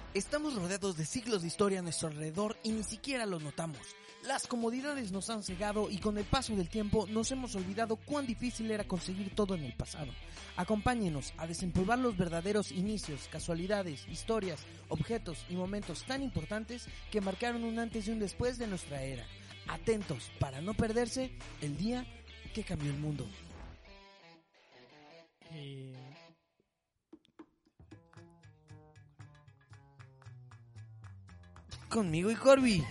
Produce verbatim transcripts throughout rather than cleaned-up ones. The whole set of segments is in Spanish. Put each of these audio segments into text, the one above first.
Estamos rodeados de siglos de historia a nuestro alrededor y ni siquiera lo notamos. Las comodidades nos han cegado y con el paso del tiempo nos hemos olvidado cuán difícil era conseguir todo en el pasado. Acompáñenos a desempolvar los verdaderos inicios, casualidades, historias, objetos y momentos tan importantes que marcaron un antes y un después de nuestra era. Atentos para no perderse el día que cambió el mundo. Y... Conmigo y Corby.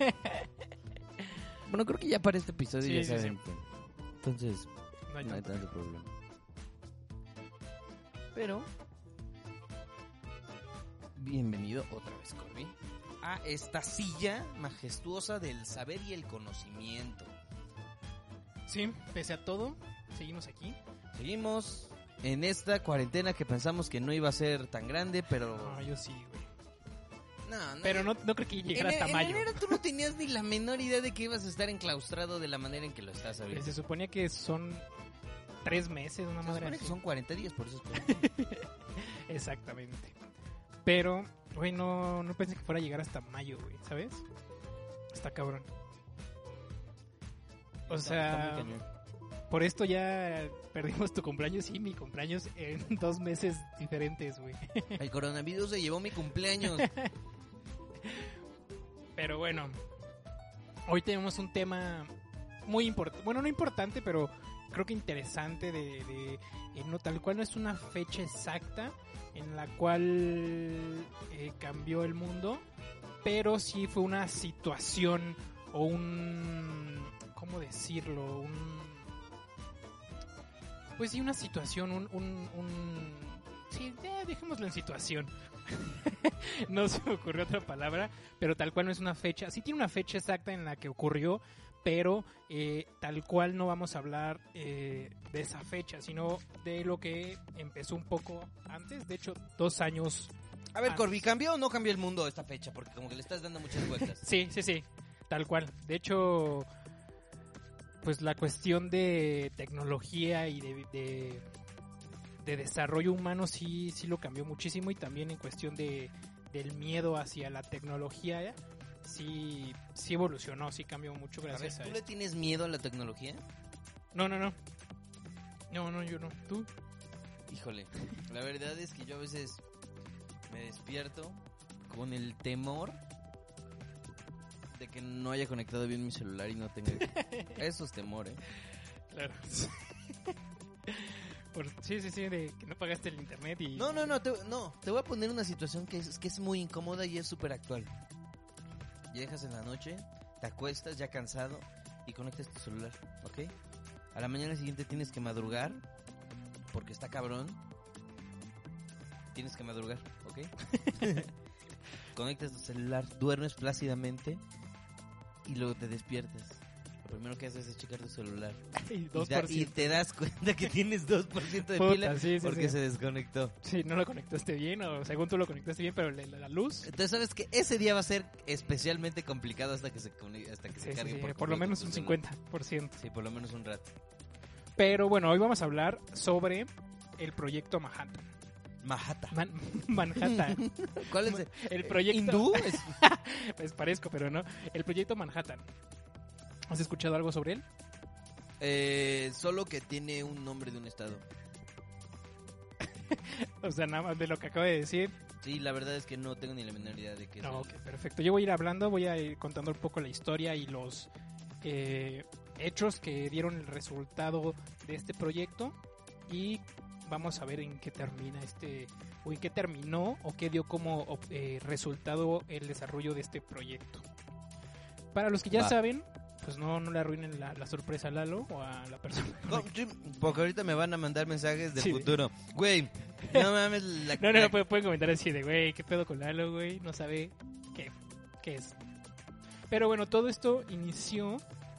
Bueno, creo que ya para este episodio Sí, ya sí, saben. sí. Entonces, No hay no hay tanto. tanto problema. Pero, bienvenido otra vez, Corby, a esta silla majestuosa del saber y el conocimiento. Sí, pese a todo, seguimos aquí. Seguimos en esta cuarentena que pensamos que no iba a ser tan grande, pero... No, yo sí, güey. No, no, Pero no, no creo que llegara en, hasta en mayo. enero tú no tenías ni la menor idea de que ibas a estar enclaustrado de la manera en que lo estás ahorita. Se suponía que son tres meses, una Se madre supone que así. son cuarenta días, por eso es cuarenta. Exactamente. Pero, güey, no, no pensé que fuera a llegar hasta mayo, güey, ¿sabes? Está cabrón. O Está- sea, está muy cañón. por esto ya perdimos tu cumpleaños y mi cumpleaños en dos meses diferentes, güey. El coronavirus se llevó mi cumpleaños. Pero bueno, hoy tenemos un tema muy importante, bueno, no importante, pero creo que interesante de, de eh, no, tal cual no es una fecha exacta en la cual eh, cambió el mundo, pero sí fue una situación o un, ¿cómo decirlo? Un, pues sí, una situación, un, un, un sí, eh, dejémoslo en situación. No se me ocurrió otra palabra, pero tal cual no es una fecha. Sí tiene una fecha exacta en la que ocurrió, pero eh, tal cual no vamos a hablar eh, de esa fecha, sino de lo que empezó un poco antes, de hecho, dos años. A ver, antes. Corby, ¿cambió o no cambió el mundo esta fecha? Porque como que le estás dando muchas vueltas. Sí, sí, sí, tal cual. De hecho, pues la cuestión de tecnología y de, de, de desarrollo humano sí, sí lo cambió muchísimo, y también en cuestión de del miedo hacia la tecnología, ¿eh? sí, sí evolucionó, sí cambió mucho A ver, gracias a, ¿tú esto. le tienes miedo a la tecnología? No, no, no. No, no, yo no. ¿Tú? Híjole, la verdad es que yo a veces me despierto con el temor de que no haya conectado bien mi celular y no tenga esos temores. Claro. Por, sí, sí, sí, de que no pagaste el internet y... No, no, no, te, no, te voy a poner una situación que es, que es muy incómoda y es súper actual. Llegas en la noche, te acuestas ya cansado y conectas tu celular, ¿ok? A la mañana siguiente tienes que madrugar, porque está cabrón. Tienes que madrugar, ¿ok? Conectas tu celular, duermes plácidamente y luego te despiertas. Lo primero que haces es checar tu celular. Y Y, dos da- por y ciento. te das cuenta que tienes dos por ciento de Puta, pila sí, sí, porque sí. se desconectó. Sí, no lo conectaste bien, o según tú lo conectaste bien, pero la, la- la luz... Entonces sabes que ese día va a ser especialmente complicado hasta que se cone- hasta que se Sí, sí, cargue sí, por, por lo completo menos tu un celular. cincuenta por ciento. Sí, por lo menos un rato. Pero bueno, hoy vamos a hablar sobre el proyecto Manhattan. Majata. Man- Manhattan. ¿Cuál es el, El proyecto... hindú? Es- Pues parezco, pero no. El proyecto Manhattan. ¿Has escuchado algo sobre él? eh, solo que tiene un nombre de un estado. O sea, nada más de lo que acabo de decir. Sí, la verdad es que no tengo ni la menor idea de qué es. No, el- ok, perfecto. Yo voy a ir hablando, voy a ir contando un poco la historia y los eh, hechos que dieron el resultado de este proyecto, y vamos a ver en qué termina este, o en qué terminó, o qué dio como op- eh, resultado el desarrollo de este proyecto. Para los que ya Va. saben, pues no, no le arruinen la, la sorpresa a Lalo o a la persona. No, sí, porque ahorita me van a mandar mensajes del Sí. futuro. Güey, no mames. La, No, no, la- no, pueden, pueden comentar así de, güey, ¿qué pedo con Lalo, güey? No sabe qué, qué es. Pero bueno, todo esto inició...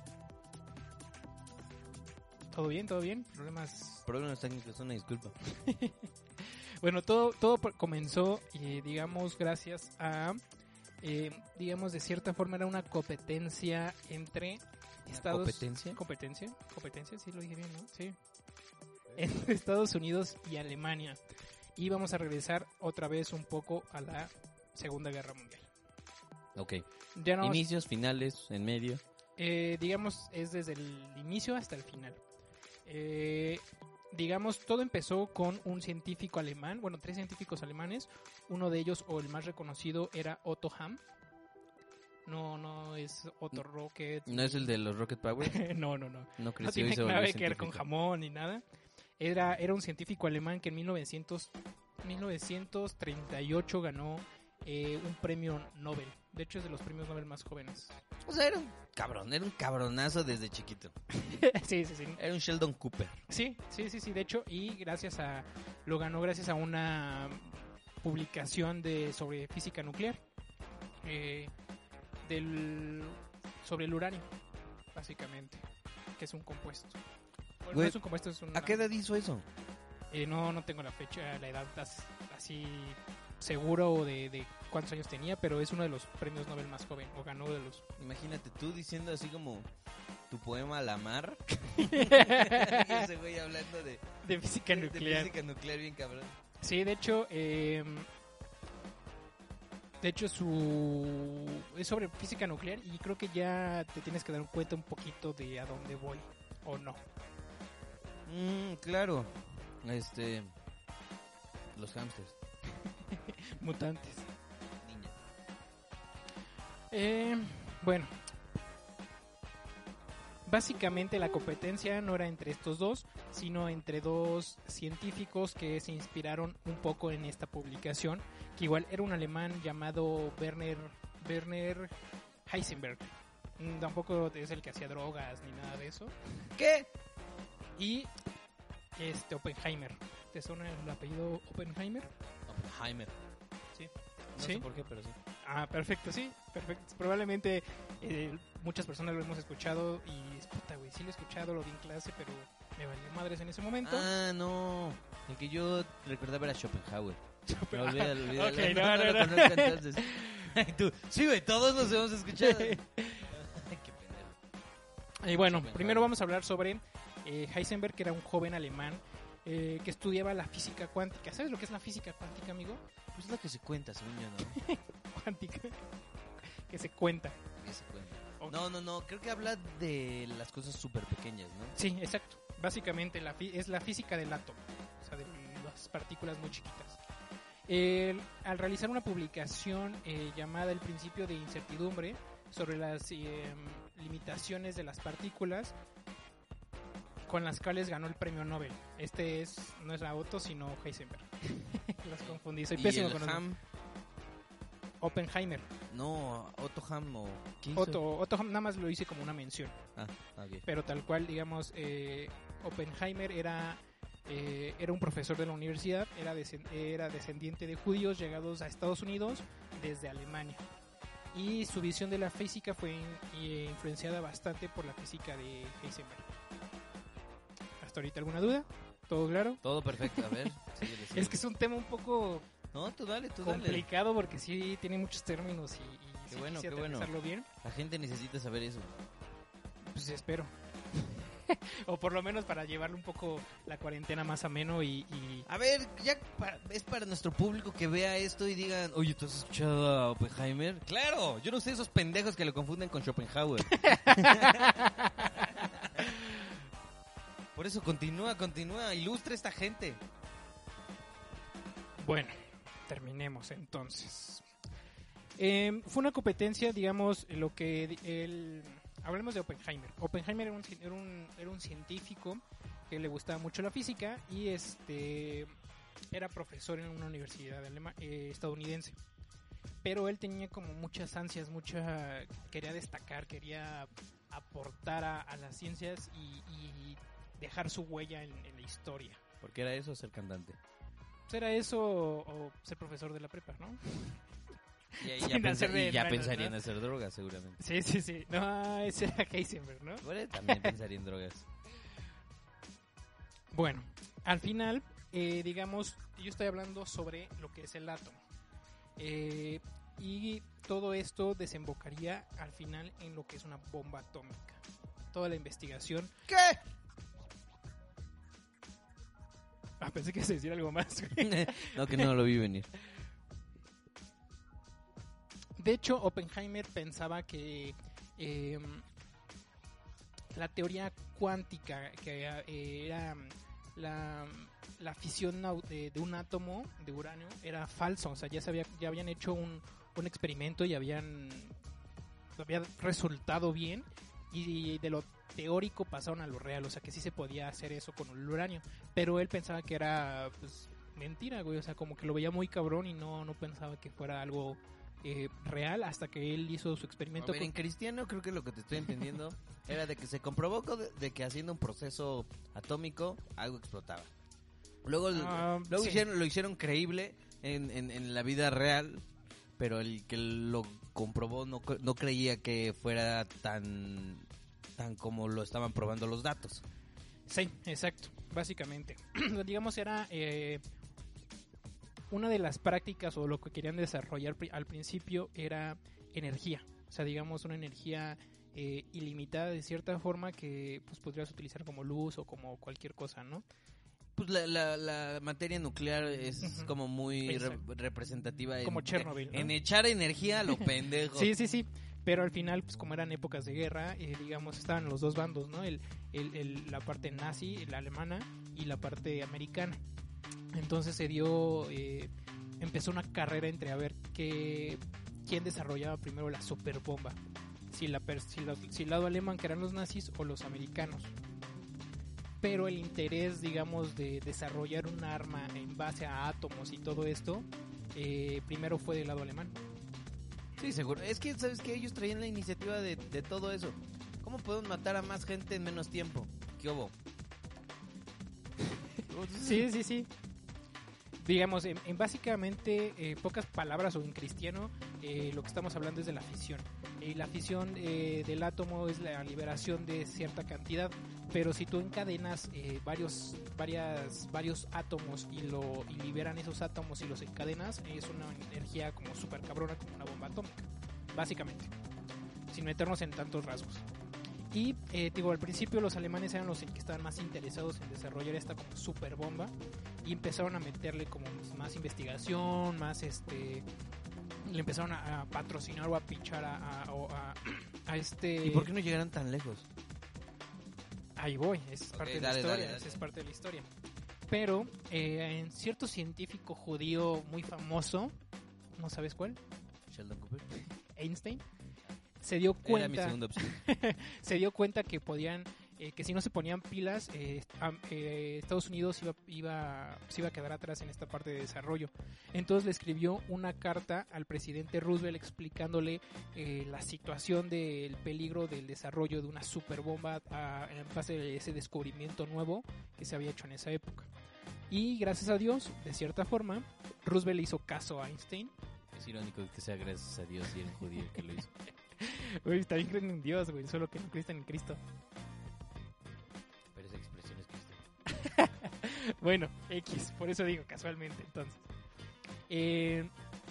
¿Todo bien? ¿Todo bien? ¿Problemas? Problemas técnicos, una disculpa. Bueno, todo, todo por- comenzó, eh, digamos, gracias a... Eh, digamos, de cierta forma era una competencia entre Estados... ¿Competencia? ¿Competencia? ¿Competencia? Sí, lo dije bien, ¿no? Sí. Entre Estados Unidos y Alemania. Y vamos a regresar otra vez un poco a la Segunda Guerra Mundial. Ok. Ya no, Inicios, finales, en medio. eh, digamos, es desde el inicio hasta el final. Eh, digamos, todo empezó con un científico alemán, bueno, tres científicos alemanes. Uno de ellos, o el más reconocido, era Otto Hahn. No, no es Otto Rocket. ¿No es el de los Rocket Power? no, no, no. No No creció tiene y se volvió nada que ver con científico. jamón ni nada. Era, era un científico alemán que en mil novecientos, mil novecientos treinta y ocho ganó eh, un premio Nobel. De hecho, es de los premios Nobel más jóvenes. O sea, era un cabrón, era un cabronazo desde chiquito. sí, sí, sí. Era un Sheldon Cooper. Sí, sí, sí, sí. De hecho, y gracias a lo ganó gracias a una publicación de sobre física nuclear, eh, del sobre el uranio, básicamente, que es un compuesto. Bueno, Güey, no es un compuesto, es un. ¿A qué edad hizo eso? Eh, no, no tengo la fecha, la edad as- así seguro de, de cuántos años tenía, pero es uno de los premios Nobel más joven, o ganó de los... Imagínate tú diciendo así como tu poema a la mar. Y ese güey hablando de, de física de- nuclear. de física nuclear, bien cabrón. Sí, de hecho, eh, de hecho su es sobre física nuclear y creo que ya te tienes que dar cuenta un poquito de a dónde voy, o no. Mm, claro. Este. Los hamsters. Mutantes. Niña. Eh, bueno, básicamente la competencia no era entre estos dos, sino entre dos científicos que se inspiraron un poco en esta publicación, que igual era un alemán llamado Werner, Werner Heisenberg. Mm, Tampoco es el que hacía drogas ni nada de eso. ¿Qué? Y este Oppenheimer. ¿Te suena el apellido Oppenheimer? Oppenheimer. Sí. No ¿Sí? sé por qué, pero sí. Ah, perfecto, sí, perfecto. Probablemente eh, muchas personas lo hemos escuchado y es puta, güey, sí lo he escuchado, lo vi en clase, pero me valió madres en ese momento. Ah, no. El que yo recordaba era Schopenhauer. No, olvídalo, olvídalo. Ok, no, no, lo no. conozco entonces. Y tú, sí, güey, todos nos hemos escuchado. Ay, qué pendejo. Y bueno, Schopenhauer. primero vamos a hablar sobre eh, Heisenberg, que era un joven alemán eh, que estudiaba la física cuántica. ¿Sabes lo que es la física cuántica, amigo? Pues es lo que se cuenta, según yo, ¿no? Cuántica. Que se cuenta. Que se cuenta. Ok. No, no, no. Creo que habla de las cosas súper pequeñas, ¿no? Sí, exacto. Básicamente la fi- es la física del átomo, o sea, de las partículas muy chiquitas. El- al realizar una publicación eh, llamada El principio de incertidumbre sobre las eh, limitaciones de las partículas, con las cuales ganó el premio Nobel. Este es no es la Otto, sino Heisenberg. Los confundí, soy Y pésimo el con los Ham, Oppenheimer. no, Otto Ham o... ¿qué hizo? Otto, Otto Hahn nada más lo hice como una mención. Ah, ok. Pero tal cual, digamos, eh, Oppenheimer era, eh, era un profesor de la universidad, era, desen- era descendiente de judíos llegados a Estados Unidos desde Alemania. Y su visión de la física fue in- eh, influenciada bastante por la física de Heisenberg. ¿Hasta ahorita alguna duda? ¿Todo claro? Todo perfecto, a ver. síguele, síguele. Es que es un tema un poco No, tú dale, tú dale. complicado porque sí tiene muchos términos y, y Qué sí bueno, quisiera qué bueno. aterrizarlo bien. La gente necesita saber eso. Pues espero. O por lo menos para llevarle un poco la cuarentena más ameno y... y... A ver, ya pa- es para nuestro público que vea esto y digan, oye, ¿tú has escuchado a Oppenheimer? Claro, yo no sé esos pendejos que lo confunden con Schopenhauer. Por eso continúa, continúa, ilustra a esta gente. Bueno, terminemos entonces. Eh, fue una competencia, digamos, lo que di- el... Hablemos de Oppenheimer. Oppenheimer era un, ci- era un, era un científico que le gustaba mucho la física y este era profesor en una universidad alema- eh, estadounidense. Pero él tenía como muchas ansias, mucha quería destacar, quería aportar a, a las ciencias y, y dejar su huella en, en la historia. ¿Por qué era eso ser cantante? Pues era eso o, o ser profesor de la prepa, ¿no? Y, y Sin ya, pensa- hacer de y ya menos, pensaría ¿no? en hacer drogas, seguramente. Sí, sí, sí. No, ese era Heisenberg, ¿no? Bueno, también pensaría en drogas. Bueno, al final, eh, digamos, yo estoy hablando sobre lo que es el átomo. Eh, y todo esto desembocaría al final en lo que es una bomba atómica. Toda la investigación. ¿Qué? Ah, pensé que se decir algo más. güey. No, que no lo vi venir. De hecho, Oppenheimer pensaba que eh, la teoría cuántica, que eh, era la, la fisión de, de un átomo de uranio, era falso. O sea, ya, se había, ya habían hecho un, un experimento y habían había resultado bien, y de lo teórico pasaron a lo real. O sea, que sí se podía hacer eso con el uranio. Pero él pensaba que era pues, mentira, güey. O sea, como que lo veía muy cabrón y no, no pensaba que fuera algo... Eh, real, hasta que él hizo su experimento. A ver, con... en cristiano creo que lo que te estoy entendiendo era de que se comprobó de, de que haciendo un proceso atómico algo explotaba. Luego, uh, luego sí. hicieron, lo hicieron creíble en, en, en la vida real, pero el que lo comprobó no, no creía que fuera tan, tan como lo estaban probando los datos. Sí, exacto, básicamente. Digamos, era... Eh, una de las prácticas o lo que querían desarrollar al principio era energía, o sea, digamos una energía eh, ilimitada de cierta forma que pues podrías utilizar como luz o como cualquier cosa, ¿no? Pues la, la, la materia nuclear es uh-huh. como muy re- representativa como en, Chernobyl, ¿no? En echar energía a lo pendejo. Sí, sí, sí. Pero al final, pues como eran épocas de guerra, eh, digamos, estaban los dos bandos, ¿no? El, el, el, la parte nazi, la alemana, y la parte americana. Entonces se dio, eh, empezó una carrera entre a ver qué, quién desarrollaba primero la superbomba, si, la, si, la, si el lado alemán, que eran los nazis, o los americanos. Pero el interés, digamos, de desarrollar un arma en base a átomos y todo esto, eh, primero fue del lado alemán. Sí, seguro. Es que, ¿sabes qué? Ellos traían la iniciativa de, de todo eso. ¿Cómo podemos matar a más gente en menos tiempo? ¿Qué hubo? Sí, sí, sí. Digamos, en, en básicamente eh, pocas palabras o en cristiano, eh, lo que estamos hablando es de la fisión. Y la fisión eh, del átomo es la liberación de cierta cantidad, pero si tú encadenas eh, varios, varias, varios átomos y, lo, y liberan esos átomos y los encadenas, es una energía como súper cabrona, como una bomba atómica, básicamente, sin meternos en tantos rasgos. Y eh, digo, al principio los alemanes eran los que estaban más interesados en desarrollar esta como super bomba, y empezaron a meterle como más investigación, más este, le empezaron a, a patrocinar o a pinchar a, a, a, a este. ¿Y por qué no llegaron tan lejos? Ahí voy, esa es okay, parte de dale, la historia, dale, dale. esa es parte de la historia. Pero eh, en cierto científico judío muy famoso, ¿no sabes cuál? Sheldon Cooper. Einstein. Se dio cuenta. Era mi segunda opción. Se dio cuenta que podían, eh, que si no se ponían pilas, eh, eh, Estados Unidos iba, iba, se iba a quedar atrás en esta parte de desarrollo. Entonces le escribió una carta al presidente Roosevelt explicándole eh, la situación del peligro del desarrollo de una superbomba a, en base a ese descubrimiento nuevo que se había hecho en esa época. Y gracias a Dios, de cierta forma, Roosevelt le hizo caso a Einstein. Es irónico que sea gracias a Dios y el judío el que lo hizo. Güey, también creen en Dios, güey, solo que no creen en Cristo. Pero esa expresión es Cristo. Bueno, X, por eso digo casualmente, entonces. Eh,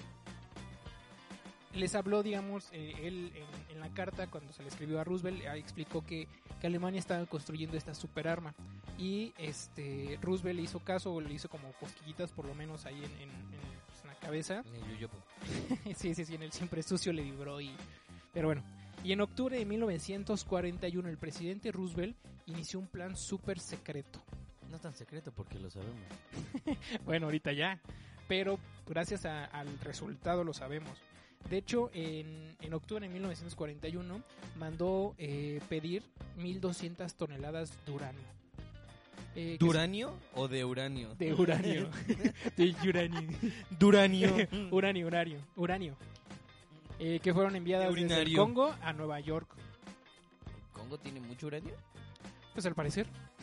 les habló, digamos, eh, él en, en la carta, cuando se le escribió a Roosevelt, eh, explicó que, que Alemania estaba construyendo esta superarma. Y este Roosevelt le hizo caso, le hizo como cosquillitas por lo menos ahí en, en, en, pues, en la cabeza. En el yuyopo. Sí, sí, sí, en el siempre sucio le vibró y... Pero bueno, y en octubre de mil novecientos cuarenta y uno el presidente Roosevelt inició un plan súper secreto. No tan secreto porque lo sabemos. Bueno, ahorita ya, pero gracias a, al resultado lo sabemos. De hecho, en, en octubre de mil novecientos cuarenta y uno mandó eh, pedir mil doscientas toneladas de uranio. Eh, ¿Duranio se... o de uranio? De uranio. De uranio. Duranio. Uranio, uranio, uranio. Eh, que fueron enviadas desde el Congo a Nueva York. ¿Congo tiene mucho uranio? Pues al parecer.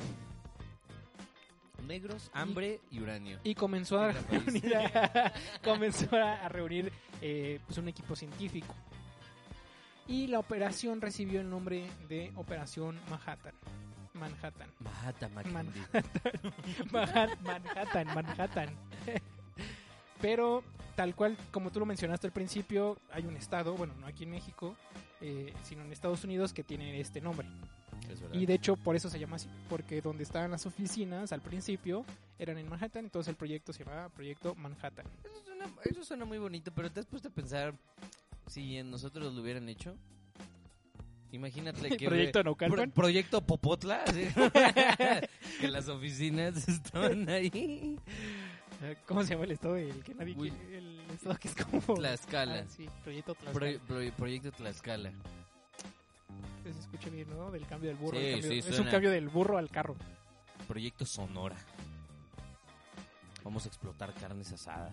Negros, hambre y, y uranio. Y comenzó a reunir, a, comenzó a reunir eh, pues un equipo científico. Y la operación recibió el nombre de Operación Manhattan. Manhattan. Manhattan, Manhattan. Manhattan, Manhattan. Pero tal cual, como tú lo mencionaste al principio, hay un estado, bueno, no aquí en México, eh, sino en Estados Unidos, que tiene este nombre. Y de hecho por eso se llama así, porque donde estaban las oficinas al principio eran en Manhattan, entonces el proyecto se llamaba Proyecto Manhattan. Eso suena, eso suena muy bonito, pero te has puesto a pensar si nosotros lo hubieran hecho, imagínate que... Proyecto Naucalpan. Pro, proyecto Popotla, ¿sí? Que las oficinas estaban ahí. ¿Cómo se llama el estado? El que nadie Uy. quiere, el estado que es como... Tlaxcala. Ah, sí, Proyecto Pro, Tlaxcala. pro, proyecto Tlaxcala. Se escucha bien, ¿no? Del cambio del burro. Sí, al cambio- sí, es un suena. cambio del burro al carro. Proyecto Sonora. Vamos a explotar carnes asadas.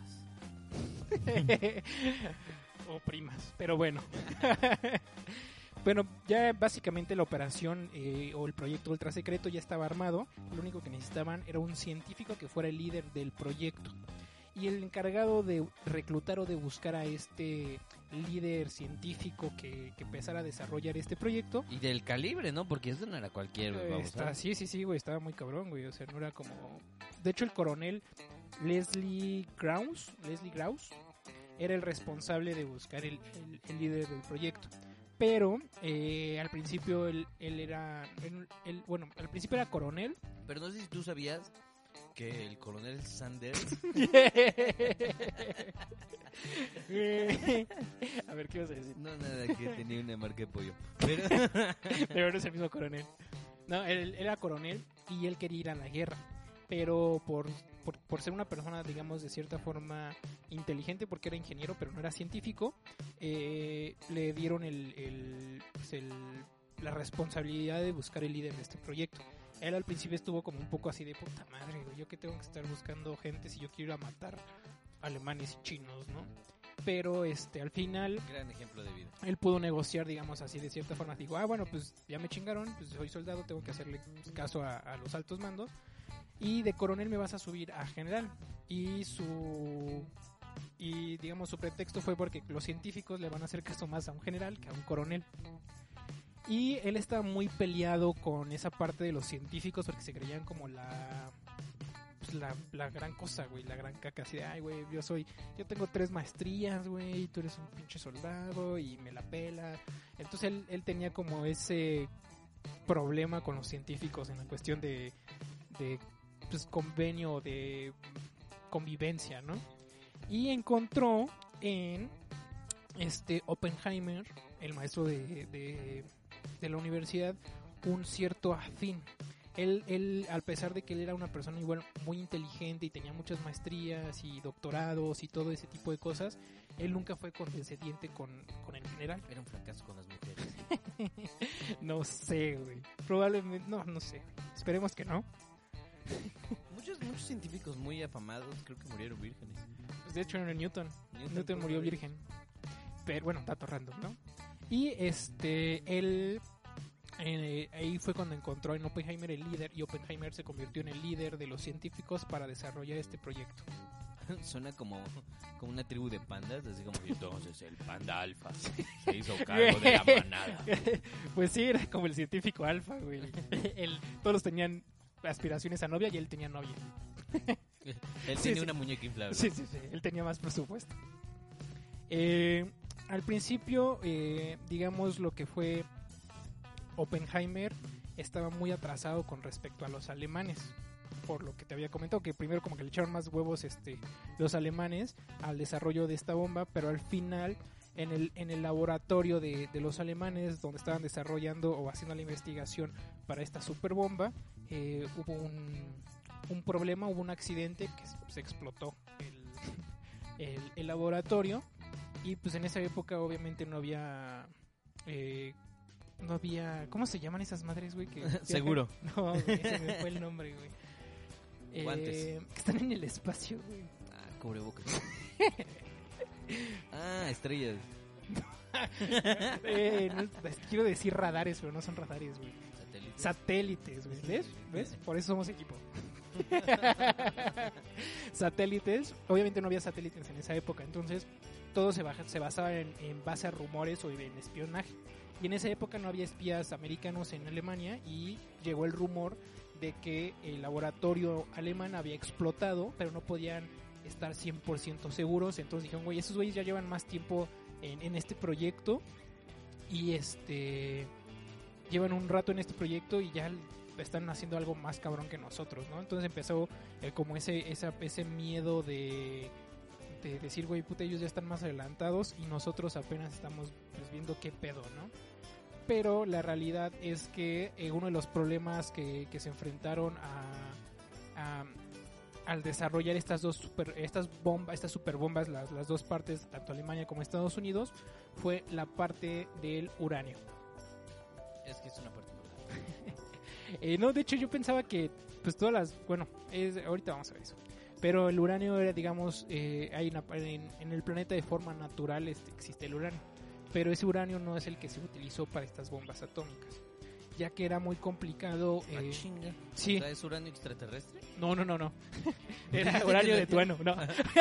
O primas, pero bueno. Bueno, ya básicamente la operación eh, o el proyecto ultra secreto ya estaba armado. Lo único que necesitaban era un científico que fuera el líder del proyecto. Y el encargado de reclutar o de buscar a este líder científico que, que empezara a desarrollar este proyecto. Y del calibre, ¿no? Porque eso no era cualquier... Eh, vamos, está, ¿sabes? sí, sí, sí, güey, estaba muy cabrón, güey. O sea, no era como... De hecho, el coronel Leslie Krause, Leslie Krause era el responsable de buscar el, el- el líder del proyecto. Pero eh, al principio él, él era... él- él- bueno, al principio era coronel. Pero no sé si tú sabías que el coronel Sanders... A ver, ¿qué ibas a decir? No, nada, que tenía una marca de pollo. Pero... Pero no es el mismo coronel. No, él, él era coronel y él quería ir a la guerra. Pero por, por, por ser una persona, digamos, de cierta forma inteligente, porque era ingeniero, pero no era científico, eh, le dieron el, el, pues el- la responsabilidad de buscar el líder de este proyecto. Él al principio estuvo como un poco así de puta madre, güey, yo que tengo que estar buscando gente si yo quiero ir a matar alemanes y chinos, ¿no? Pero este al final Gran ejemplo de vida. él pudo negociar, digamos así, de cierta forma. Dijo, ah, bueno, pues ya me chingaron, pues soy soldado, tengo que hacerle caso a, a los altos mandos. Y de coronel me vas a subir a general. Y su... Y digamos, su pretexto fue porque los científicos le van a hacer caso más a un general que a un coronel. Y él estaba muy peleado con esa parte de los científicos porque se creían como la... Pues la, la gran cosa, güey, la gran caca, así de, ay, güey, yo soy, yo tengo tres maestrías, güey, y tú eres un pinche soldado y me la pela. Entonces él, él tenía como ese problema con los científicos en la cuestión de, de pues, convenio, de convivencia, ¿no? Y encontró en este Oppenheimer, el maestro de, de, de la universidad, un cierto afín. Él, él, a pesar de que él era una persona igual muy inteligente y tenía muchas maestrías y doctorados y todo ese tipo de cosas, él nunca fue condescendiente con, con el general. Era un fracaso con las mujeres. No sé, güey. Probablemente, no, no sé. Esperemos que no. Muchos, muchos científicos muy afamados creo que murieron vírgenes. Pues de hecho era Newton. Newton Newton fue murió uno de virgen. Pero bueno, dato random, ¿no? Y este, él... Eh, ahí fue cuando encontró en Oppenheimer el líder y Oppenheimer se convirtió en el líder de los científicos para desarrollar este proyecto. Suena como, como una tribu de pandas, así como entonces el panda alfa se hizo cargo de la manada. Pues sí, era como el científico alfa, güey. Él- todos tenían aspiraciones a novia y él tenía novia. Él Sí, tiene sí. una muñeca inflable. Sí, sí, sí, él tenía más presupuesto. Eh, al principio, eh, digamos lo que fue Oppenheimer estaba muy atrasado con respecto a los alemanes, por lo que te había comentado, que primero como que le echaron más huevos este los alemanes al desarrollo de esta bomba, pero al final en el, en el laboratorio de, de los alemanes donde estaban desarrollando o haciendo la investigación para esta superbomba, eh, hubo un, un problema, hubo un accidente que se, se explotó el, el, el laboratorio y pues en esa época obviamente no había... Eh, no había... ¿Cómo se llaman esas madres, güey? Que Seguro. No, güey, ese me fue el nombre, güey. Eh, Guantes. que están en el espacio, güey. Ah, cubrebocas. Ah, estrellas. Eh, no, quiero decir radares, pero no son radares, güey. Satélites. Satélites, güey. ¿Ves? ¿Ves? Por eso somos equipo. Satélites. Obviamente no había satélites en esa época, entonces todo se, baja, se basaba en, en base a rumores o en espionaje. Y en esa época no había espías americanos en Alemania y llegó el rumor de que el laboratorio alemán había explotado, pero no podían estar cien por ciento seguros. Entonces dijeron, güey, esos güeyes ya llevan más tiempo en, en este proyecto y este llevan un rato en este proyecto y ya están haciendo algo más cabrón que nosotros, ¿no? Entonces empezó eh, como ese, esa, ese miedo de de decir, güey, puta, ellos ya están más adelantados y nosotros apenas estamos pues, viendo qué pedo, ¿no? Pero la realidad es que eh, uno de los problemas que, que se enfrentaron a, a al desarrollar estas dos super, estas bombas, estas superbombas, las, las dos partes, tanto Alemania como Estados Unidos, fue la parte del uranio. Es que es una parte eh, no, de hecho yo pensaba que pues todas las, bueno, es, ahorita vamos a ver eso. Pero el uranio era, digamos, eh, hay una, en, en el planeta de forma natural este, existe el uranio, pero ese uranio no es el que se utilizó para estas bombas atómicas, ya que era muy complicado. Ah, eh, chinga. Sí. O sea, ¿es uranio extraterrestre? No, no, no, no. Era uranio de tuano, no.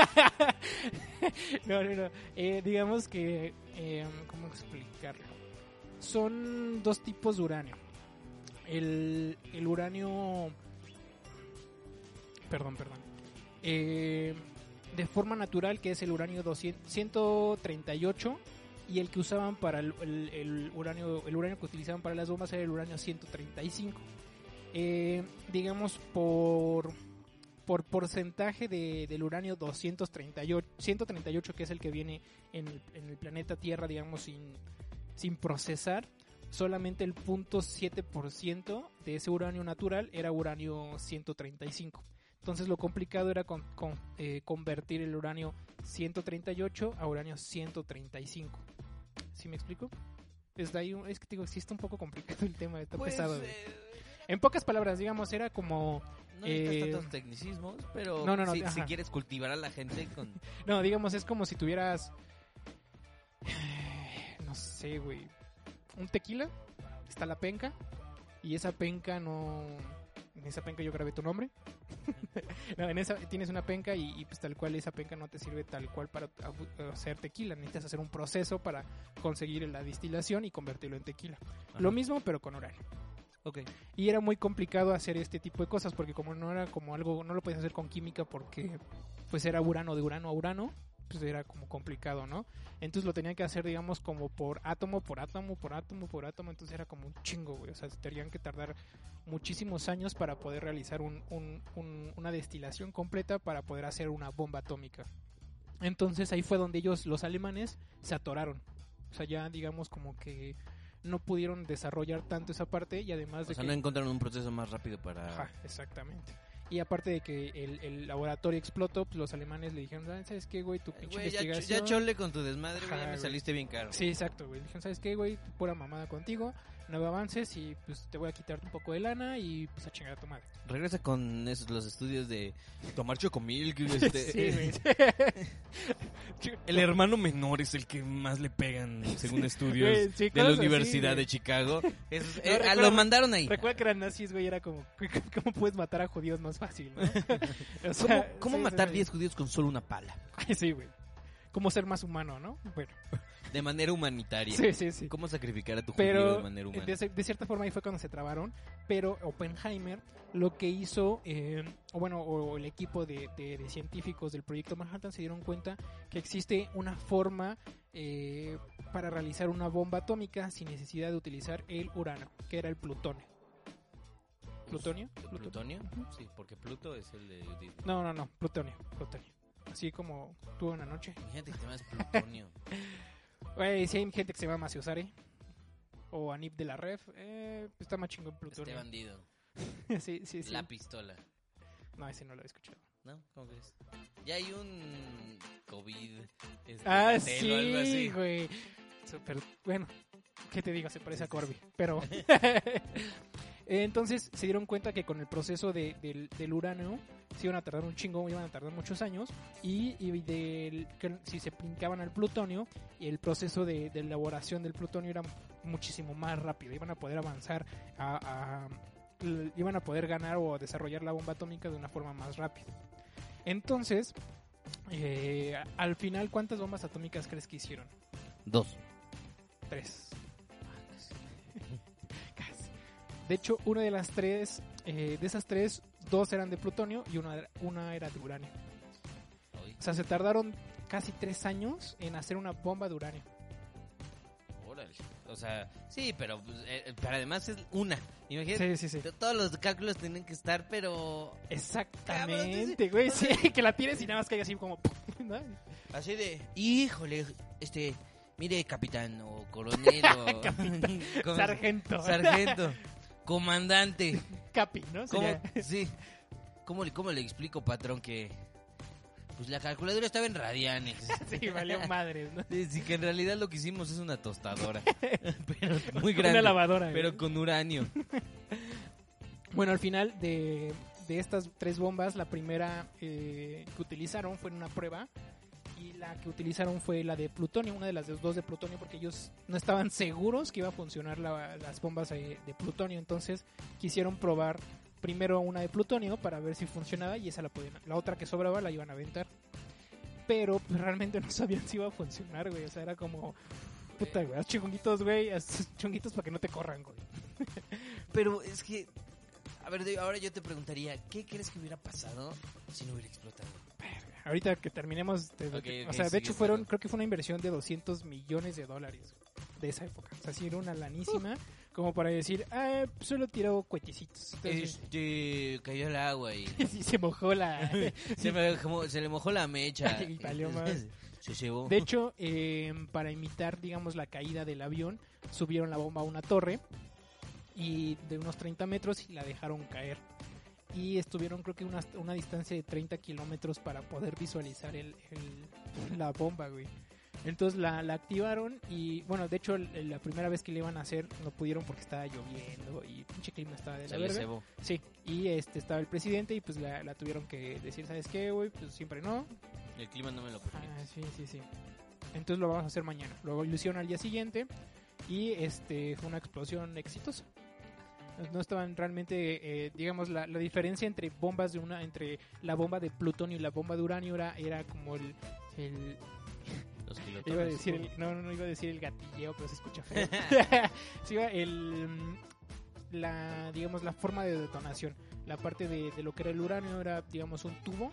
no, no, no. Eh, digamos que, eh, ¿cómo explicarlo? Son dos tipos de uranio. El, el uranio, perdón, perdón. Eh, de forma natural, que es el uranio doscientos, ciento treinta y ocho, y el que usaban para el, el, el uranio, el uranio que utilizaban para las bombas era el uranio ciento treinta y cinco. Eh, digamos por por porcentaje de, del uranio doscientos treinta y ocho, ciento treinta y ocho, que es el que viene en el, en el planeta Tierra, digamos, sin, sin procesar, solamente el cero punto siete por ciento de ese uranio natural era uranio ciento treinta y cinco. Entonces lo complicado era con, con, eh, convertir el uranio ciento treinta y ocho a uranio ciento treinta y cinco. ¿Sí me explico? Es, de ahí, es que digo, sí está un poco complicado el tema, está pues, pesado. Eh, en pocas palabras, digamos, era como... No necesitas eh, tantos tecnicismos, pero no, no, no, si, si ajá. quieres cultivar a la gente con... No, digamos, es como si tuvieras... No sé, güey. Un tequila, está la penca, y esa penca no... En esa penca yo grabé tu nombre. No, en esa tienes una penca y, y pues tal cual esa penca no te sirve tal cual para hacer tequila. Necesitas hacer un proceso para conseguir la destilación y convertirlo en tequila. Ajá. Lo mismo pero con uranio. Okay. Y era muy complicado hacer este tipo de cosas porque como no era como algo, no lo podías hacer con química porque pues era urano de urano a urano, pues era como complicado, ¿no? Entonces lo tenían que hacer, digamos, como por átomo, por átomo, por átomo, por átomo. Entonces era como un chingo, güey. O sea, tenían que tardar muchísimos años para poder realizar un, un, un, una destilación completa para poder hacer una bomba atómica. Entonces ahí fue donde ellos, los alemanes, se atoraron. O sea, ya digamos como que no pudieron desarrollar tanto esa parte y además de o sea, que... no encontraron un proceso más rápido para... Ajá, exactamente. Y aparte de que el, el laboratorio explotó, pues los alemanes le dijeron, ¿sabes qué, güey? Tu pinche Güey, ya, investigación... ya chole con tu desmadre, güey, ya me güey. saliste bien caro. Sí, exacto, güey. Dijeron, ¿sabes qué, güey? Pura mamada contigo, no avances y pues te voy a quitar un poco de lana y pues a chingar a tu madre. Regresa con esos, los estudios de tomar chocomilk. Este, sí, güey. El hermano menor es el que más le pegan, según estudios Güey, sí, de la cosas Universidad así, de Chicago. Es, No, eh, ah, recuerda- lo mandaron ahí. Recuerda que eran nazis, güey, era como, ¿cómo puedes matar a judíos más fácil, no? O ¿Cómo, sea, cómo sí, matar sí, diez judíos con solo una pala? Sí, güey. ¿Cómo ser más humano, no? Bueno, De manera humanitaria. sí, sí, sí. ¿Cómo sacrificar a tu judío Pero de manera humana? de, cer- de cierta forma ahí fue cuando se trabaron, pero Oppenheimer lo que hizo, eh, o bueno, o el equipo de, de- de científicos del proyecto Manhattan se dieron cuenta que existe una forma eh, para realizar una bomba atómica sin necesidad de utilizar el uranio, que era el plutonio. ¿Plutonio? ¿Plutonio? Sí, porque Pluto es el de... No, no, no, plutonio, plutonio. Así como tú una noche. Imagínate que te llamas Plutonio. Güey, si hay gente que se llama Maciosare o Anip de la Ref, eh, pues está más chingón plutonio. Este bandido. sí, sí, sí. La pistola. No, ese no lo he escuchado. ¿No? ¿Cómo crees? Ya hay un COVID. Este, Ah, Gatel o algo así. sí, güey. Super, bueno, ¿qué te digo? Se parece a Corby, pero... Entonces se dieron cuenta que con el proceso de, del, del uranio se iban a tardar un chingo, iban a tardar muchos años, y, y del, que si se brincaban al plutonio, el proceso de, de elaboración del plutonio era muchísimo más rápido, iban a poder avanzar a, a l- iban a poder ganar o desarrollar la bomba atómica de una forma más rápida. Entonces, eh, al final, ¿cuántas bombas atómicas crees que hicieron? Dos. Tres. Casi. De hecho, una de las tres, eh, de esas tres, dos eran de plutonio y una, una era de uranio. Ay, O sea, se tardaron casi tres años en hacer una bomba de uranio. órale. O sea, sí, pero, pues, eh, pero además es una. Imagínate. Sí, sí, sí. t- Todos los cálculos tienen que estar, pero... Exactamente, güey. Sí, que la tires y nada más caiga así como... ¿no? Así de, híjole, este, mire, capitán o coronel o... ¿Cómo? Sargento. Sargento, comandante. Capi, ¿no? ¿Cómo? Sería... Sí. ¿Cómo le, ¿Cómo le explico, patrón, que pues la calculadora estaba en radianes? Sí, valió madres, ¿no? Sí, que en realidad lo que hicimos es una tostadora. Pero muy grande. Una lavadora. Pero ¿eh? con uranio. Bueno, al final de, de estas tres bombas, la primera eh, que utilizaron fue en una prueba. Y la que utilizaron fue la de plutonio, una de las dos de plutonio, porque ellos no estaban seguros que iba a funcionar la, las bombas de, de plutonio. Entonces quisieron probar primero una de plutonio para ver si funcionaba y esa la podían, la otra que sobraba la iban a aventar. Pero pues, realmente no sabían si iba a funcionar, güey. O sea, era como, puta, güey, haz chunguitos, güey, haz chunguitos para que no te corran, güey. Pero es que, a ver, ahora yo te preguntaría, ¿qué crees que hubiera pasado si no hubiera explotado? Ahorita que terminemos, te, okay, okay, o sea, de hecho fueron, creo que fue una inversión de doscientos millones de dólares de esa época. O sea, sí era una lanísima, uh. como para decir, ah, solo tiró cuetecitos. Entonces, este, cayó el agua y... sí, se mojó la... se, me, se le mojó la mecha. Y valió más. Se llevó. De hecho, eh, para imitar, digamos, la caída del avión, subieron la bomba a una torre y de unos treinta metros y la dejaron caer. Y estuvieron creo que una, una distancia de treinta kilómetros para poder visualizar el, el, la bomba, güey. Entonces la, la activaron y bueno, de hecho el, la primera vez que le iban a hacer no pudieron porque estaba lloviendo y pinche clima estaba de la verga. Sí, y este estaba el presidente y pues la, la tuvieron que decir, ¿sabes qué, güey? Pues siempre no. El clima no me lo permite. Ah, sí, sí, sí. Entonces lo vamos a hacer mañana. Luego lo hicieron al día siguiente y este fue una explosión exitosa. No estaban realmente, eh, digamos, la, la diferencia entre bombas de una, entre la bomba de plutonio y la bomba de uranio era, era como el, el los iba a decir el, no, no, no iba a decir el gatilleo, pero se escucha feo. Sí, iba el, la, digamos, la forma de detonación. La parte de, de lo que era el uranio era, digamos, un tubo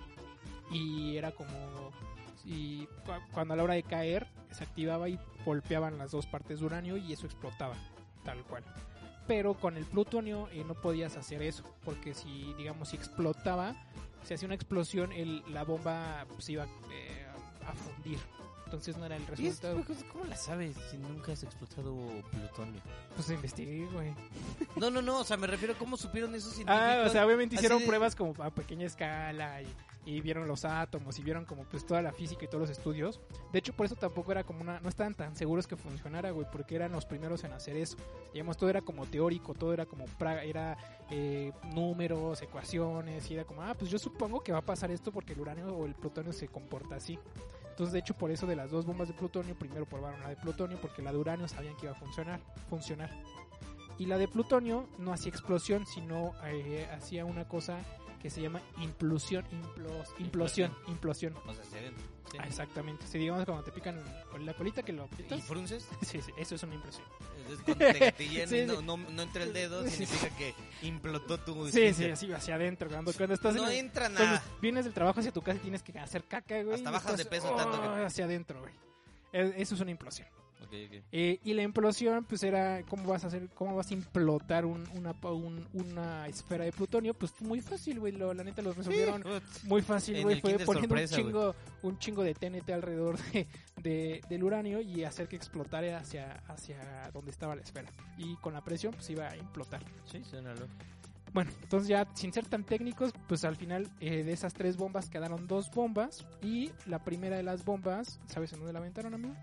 y era como, y cuando a la hora de caer se activaba y golpeaban las dos partes de uranio y eso explotaba, tal cual. Pero con el plutonio eh, no podías hacer eso, porque si, digamos, si explotaba, si hacía una explosión, el, la bomba se pues, iba eh, a fundir. Entonces no era el resultado. ¿Y es, ¿Cómo la sabes si nunca has explotado plutonio? Pues investigué, güey. No, no, no, o sea, me refiero a cómo supieron esos científicos. Ah, o sea, obviamente hicieron de... pruebas como a pequeña escala y, y vieron los átomos y vieron como pues toda la física y todos los estudios. De hecho, por eso tampoco era como una... No estaban tan seguros que funcionara, güey, porque eran los primeros en hacer eso. Digamos, todo era como teórico, todo era como... Pra, era eh, números, ecuaciones, y era como, ah, pues yo supongo que va a pasar esto porque el uranio o el plutonio se comporta así. Entonces, de hecho, por eso de las dos bombas de plutonio, primero probaron la de plutonio porque la de uranio sabían que iba a funcionar. funcionar. Y la de plutonio no hacía explosión, sino eh, hacía una cosa que se llama implosión, implos, implosión, implosión. O sea, se ven. Sí. Ah, exactamente. Si digamos cuando te pican con la colita que lo aprietas. ¿Y frunces? Sí, sí, eso es una implosión. Entonces cuando te gatillan sí, y no, sí. no, no entra el dedo, sí. significa que implotó tu... Sí, sí, así hacia adentro. Cuando, cuando estás no en el, entra nada. Vienes del trabajo hacia tu casa y tienes que hacer caca, güey. Hasta bajas estás, de peso oh, tanto que... hacia adentro, güey. Eso es una implosión. Okay, okay. Eh, y la implosión pues era cómo vas a hacer, cómo vas a implotar un, una, un, una esfera de plutonio. Pues fue muy fácil, güey, lo, la neta lo resolvieron sí, muy fácil, güey, fue poniendo sorpresa, un chingo un chingo de T N T alrededor de, de, del uranio y hacer que explotara hacia, hacia donde estaba la esfera, y con la presión pues iba a implotar. Sí, suena loco. Bueno, entonces ya sin ser tan técnicos, pues al final eh, de esas tres bombas quedaron dos bombas, y la primera de las bombas, ¿sabes en dónde la aventaron, amigo?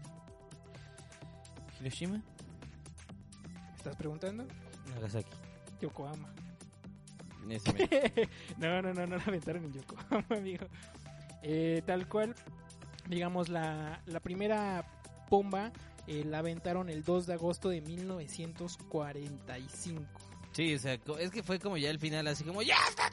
¿Hiroshima? ¿Me estás preguntando? Nagasaki. Yokohama. Ese no, no, no, no la aventaron en Yokohama, amigo. Eh, tal cual, digamos, la, la primera bomba eh, la aventaron el dos de agosto de mil novecientos cuarenta y cinco. Sí, o sea, es que fue como ya el final, así como ¡ya está!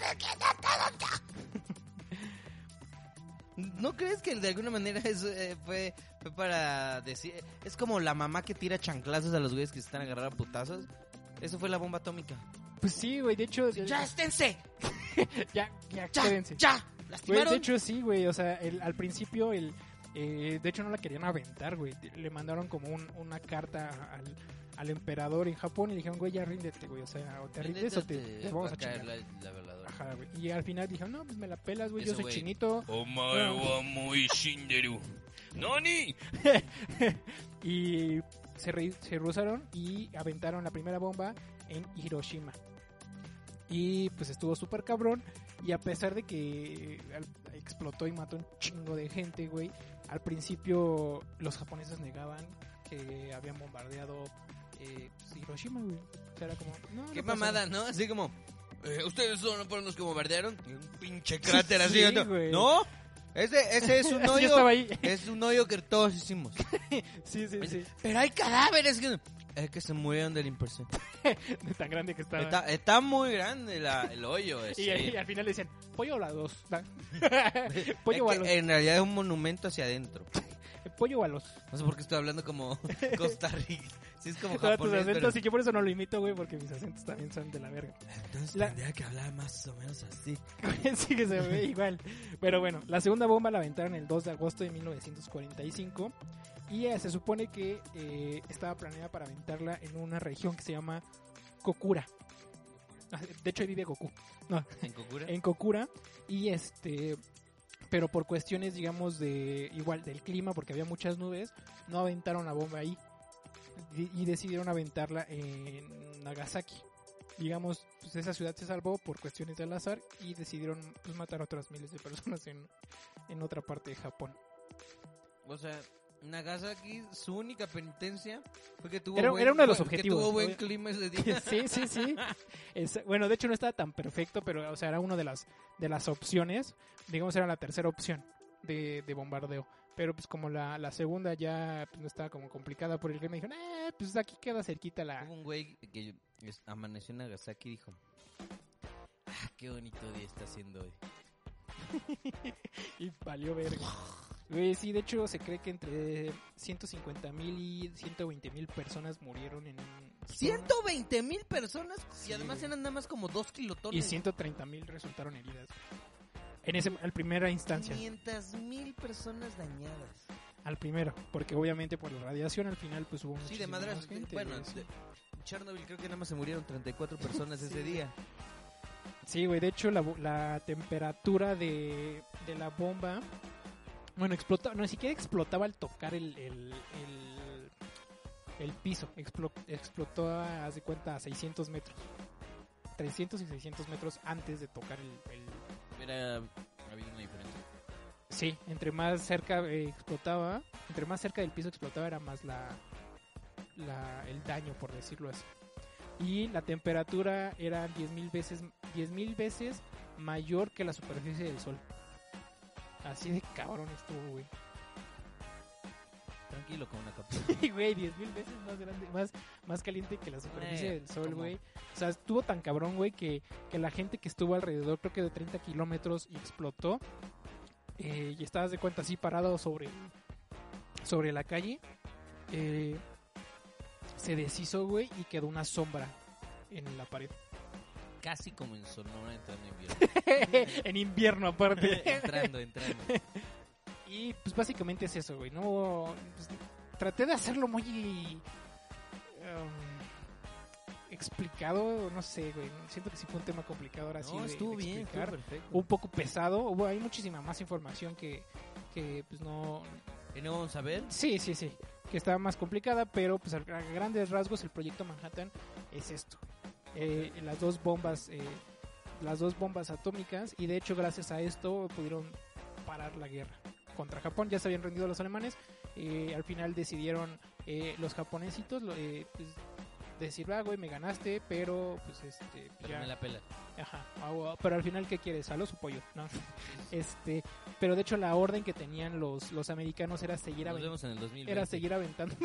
¿No crees que de alguna manera eso eh, fue, fue para decir... Es como la mamá que tira chanclazos a los güeyes que se están agarrando a putazos? Eso fue la bomba atómica. Pues sí, güey, de hecho... ¡Ya esténse! ya, ya, ya, quédense. ¡Ya! ¿Lastimaron? Güey, de hecho sí, güey, o sea, el, al principio el... Eh, de hecho no la querían aventar, güey. Le mandaron como un, una carta al, al emperador en Japón y le dijeron, güey, ya ríndete, güey. O sea, o te rindes o te, te vamos a chingar. La, la veladora. Ajá, güey. Y al final dijeron, no, pues me la pelas, güey, yo Eso, soy güey. chinito. Omae wa moi shinderu. ¡Nani! Y se, re- se rusaron y aventaron la primera bomba en Hiroshima. Y pues estuvo súper cabrón. Y a pesar de que al- explotó y mató un chingo de gente, güey, al principio los japoneses negaban que habían bombardeado eh, pues, Hiroshima, güey. O sea, era como, no, Qué no pasó. mamada, ¿no? Así como, eh, ustedes son fueron los que bombardearon. Y un pinche cráter así. Sí, ¿no? güey. No, ese, ese es un Yo hoyo. estaba ahí. Es un hoyo que todos hicimos. Sí, sí, sí. Pero hay cadáveres que... Es que se murieron de la impresión. De tan grande que estaba. Está, está muy grande la, el hoyo ese. Y, y al final le decían, pollo o a los. Es Pollo o a que los. en realidad es un monumento hacia adentro. Pollo o a los. No sé por qué estoy hablando como Costa Rica. Sí, es como Todos tus japonés, acentos, pero... y yo por eso no lo imito, güey, porque mis acentos también son de la verga. Entonces La- tendría que hablar más o menos así. Sí que se ve igual. Pero bueno, la segunda bomba la aventaron el dos de agosto de mil novecientos cuarenta y cinco. Y eh, se supone que eh, estaba planeada para aventarla en una región que se llama Kokura. Ah, de hecho, ahí vive Goku. No, ¿En Kokura? en Kokura. Y este... Pero por cuestiones, digamos, de igual del clima, porque había muchas nubes, no aventaron la bomba ahí. Y, y decidieron aventarla en Nagasaki. Digamos, pues esa ciudad se salvó por cuestiones del azar y decidieron pues, matar a otras miles de personas en, en otra parte de Japón. O sea, Nagasaki, su única penitencia fue que tuvo Era- buen, era uno de los que objetivos, tuvo buen ¿no? clima ese día. Sí, sí, sí. Es- bueno, de hecho no estaba tan perfecto, pero o sea, era una de las de las opciones. Digamos, era la tercera opción de, de bombardeo. Pero pues como la, la segunda ya pues, no estaba como complicada por el clima, dijeron, eh, pues aquí queda cerquita la... Hubo un güey que es- amaneció en Nagasaki y dijo, ah, qué bonito día está haciendo hoy. Y valió verga. Güey, sí, de hecho se cree que entre ciento cincuenta mil y ciento veinte mil personas murieron en un... ciento veinte mil personas Sí, y además güey. eran nada más como dos Y kilotones. ciento treinta mil resultaron heridas. En ese, al primera instancia. quinientas mil personas dañadas. Al primero. Porque obviamente por la radiación al final pues hubo Sí, de muchísima madras. más gente. Bueno, güey, sí. de Chernobyl creo que nada más se murieron treinta y cuatro personas ese Sí. día. Sí, güey, de hecho la, bo- la temperatura de, de la bomba, bueno, explotaba, no, ni siquiera explotaba al tocar el, el, el, el piso, Explo- explotó, a, haz de cuenta, a seiscientos metros, trescientos y seiscientos metros antes de tocar el... el- Era, había una diferencia. Sí, entre más cerca eh, explotaba, entre más cerca del piso explotaba era más la, la el daño, por decirlo así. Y la temperatura era diez mil veces diez mil veces mayor que la superficie del sol. Así de cabrón estuvo, güey. Tranquilo con una captura. Y, güey, diez mil veces más grande, más, más caliente que la superficie Eh, del sol, ¿cómo? güey. O sea, estuvo tan cabrón, güey, que, que la gente que estuvo alrededor, creo que de treinta kilómetros y explotó. Eh, y estabas de cuenta así parado sobre, sobre la calle. Eh, se deshizo, güey, y quedó una sombra en la pared. Casi como en Sonora entrando en invierno. En invierno, aparte. entrando, entrando. Y pues básicamente es eso, güey. No, pues, traté de hacerlo muy um, explicado, no sé, güey. Siento que sí fue un tema complicado ahora sí No, de, estuvo de bien, estuvo explicar. perfecto. Un poco pesado. Hubo, hay muchísima más información que, que pues no. ¿Y no vamos a ver? Sí, sí, sí. Que estaba más complicada, pero pues a a grandes rasgos el proyecto Manhattan es esto. Eh, las dos bombas, eh, las dos bombas atómicas, y de hecho gracias a esto pudieron parar la guerra contra Japón. Ya se habían rendido los alemanes. Eh, al final decidieron eh, los japonesitos lo- eh, pues, decir, ah, güey, me ganaste, pero pues este Pero ya, me la pela. ajá, ah, pero al final ¿qué quieres? ¿Salos o pollo? No. Este, pero de hecho la orden que tenían los los americanos era seguir Nos aven- vemos en el dos mil veinte. era seguir aventando.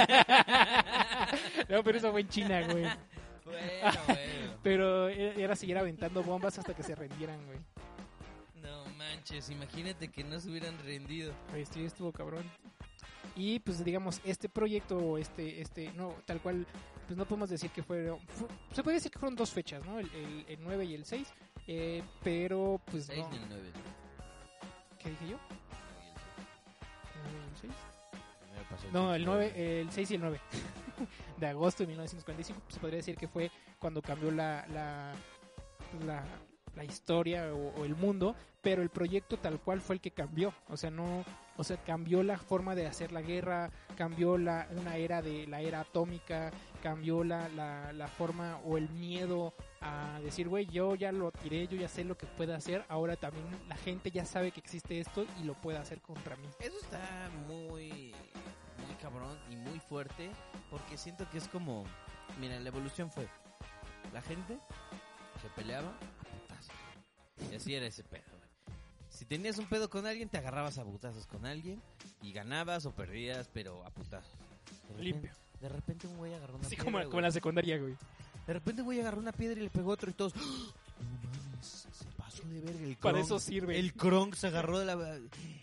No, pero eso fue en China, güey. Bueno, bueno. Pero era era seguir aventando bombas hasta que se rendieran, güey. No manches, imagínate que no se hubieran rendido. Pues sí, estuvo cabrón. Y pues digamos, este proyecto o este, este, no, tal cual, pues no podemos decir que fue, fue- se puede decir que fueron dos fechas, ¿no? El, el, el nueve y el seis, eh, pero pues seis no. ni el nueve. ¿Qué dije yo? ¿El nueve y el seis? Primero pasó No, seis, el nueve, el seis y el nueve de agosto de mil novecientos cuarenta y cinco, se podría decir que fue cuando cambió la, la, la, la historia o, o el mundo, pero el proyecto tal cual fue el que cambió. O sea, no, o sea, cambió la forma de hacer la guerra, cambió la una era de la era atómica, cambió la, la, la forma o el miedo a decir, güey, yo ya lo tiré, yo ya sé lo que puede hacer, ahora también la gente ya sabe que existe esto y lo puede hacer contra mí. Eso está muy, muy cabrón y muy fuerte, porque siento que es como, mira, la evolución fue, la gente se peleaba a putazos, y así era ese pedo, güey. Si tenías un pedo con alguien, te agarrabas a putazos con alguien, y ganabas o perdías, pero a putazos. De repente, Limpio. De repente un güey agarró una Así piedra, como, güey. como en la secundaria, güey. De repente un güey agarró una piedra y le pegó otro y todos, ¡oh, no mames, se pasó de verga el Para Kronk! eso sirve. El Kronk se agarró de la...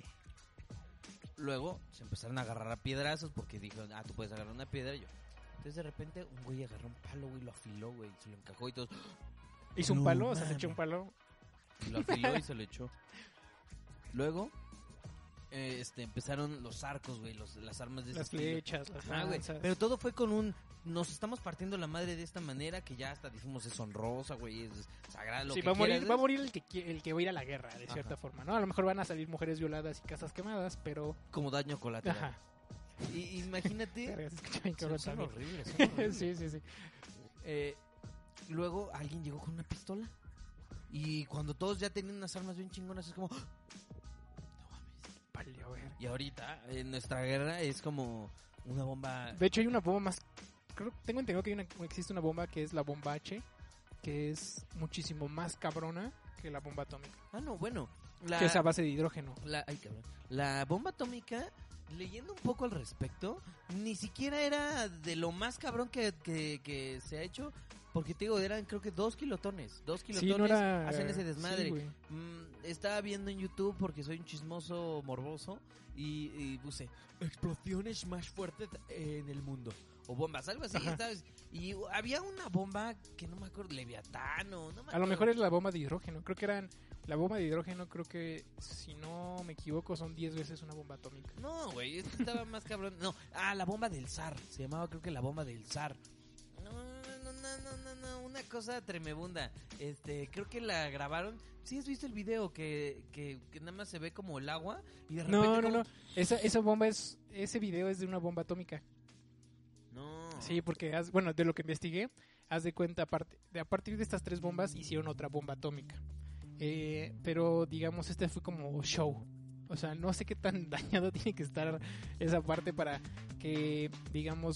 Luego se empezaron a agarrar a piedrazos porque dijeron, ah, tú puedes agarrar una piedra y yo. Entonces de repente un güey agarró un palo, güey, lo afiló, güey, se lo encajó y todos... Hizo No un palo, o sea, se mames. echó un palo. Y lo afiló y se lo echó. Luego, eh, este, empezaron los arcos, güey, los, las armas de ese Las estilo. flechas, las Ajá, güey. lanzas. Pero todo fue con un... Nos estamos partiendo la madre de esta manera que ya hasta dijimos es honrosa, güey, es sagrada, lo Sí, que va a morir, quieras, va a ¿ves? morir el que, qui- el que va a ir a la guerra, de Ajá. cierta forma, ¿no? A lo mejor van a salir mujeres violadas y casas quemadas, pero... Como daño colateral. Ajá. Y imagínate... Verga, se escucha bien son, cabrón son también. horribles, son horribles. Sí, sí, sí. Eh, luego alguien llegó con una pistola. Y cuando todos ya tenían unas armas bien chingonas, es como... ¡ah! No mames. Valió, ver. Y ahorita, en nuestra guerra, es como una bomba... De hecho, hay una bomba más... Creo, tengo entendido que hay una, existe una bomba que es la bomba H, que es muchísimo más cabrona que la bomba atómica. Ah, no, bueno. La, Que es a base de hidrógeno. la, ay, cabrón. La bomba atómica, leyendo un poco al respecto, ni siquiera era de lo más cabrón que, que, que se ha hecho... Porque te digo, eran creo que dos kilotones. Dos kilotones Sí, no era... hacen ese desmadre. Sí, güey. Mm, estaba viendo en YouTube porque soy un chismoso morboso y, y puse explosiones más fuertes en el mundo o bombas, algo así, Ajá. ¿sabes? Y había una bomba que no me acuerdo, Leviatán o no me A lo acuerdo. mejor es la bomba de hidrógeno. Creo que eran... La bomba de hidrógeno creo que, si no me equivoco, son diez veces una bomba atómica. No, güey, este estaba más cabrón. No, ah, la bomba del zar. Se llamaba creo que la bomba del zar. No, no, no, no, no, no, una cosa tremebunda. Este, creo que la grabaron. ¿Sí has visto el video que, que, que nada más se ve como el agua y de repente No, no, como- no. Esa, esa bomba es... Ese video es de una bomba atómica. No. Sí, porque, haz- bueno, de lo que investigué, haz de cuenta, aparte, de, a partir de estas tres bombas hicieron otra bomba atómica. Eh, pero, digamos, este fue como show. O sea, no sé qué tan dañado tiene que estar esa parte para que, digamos...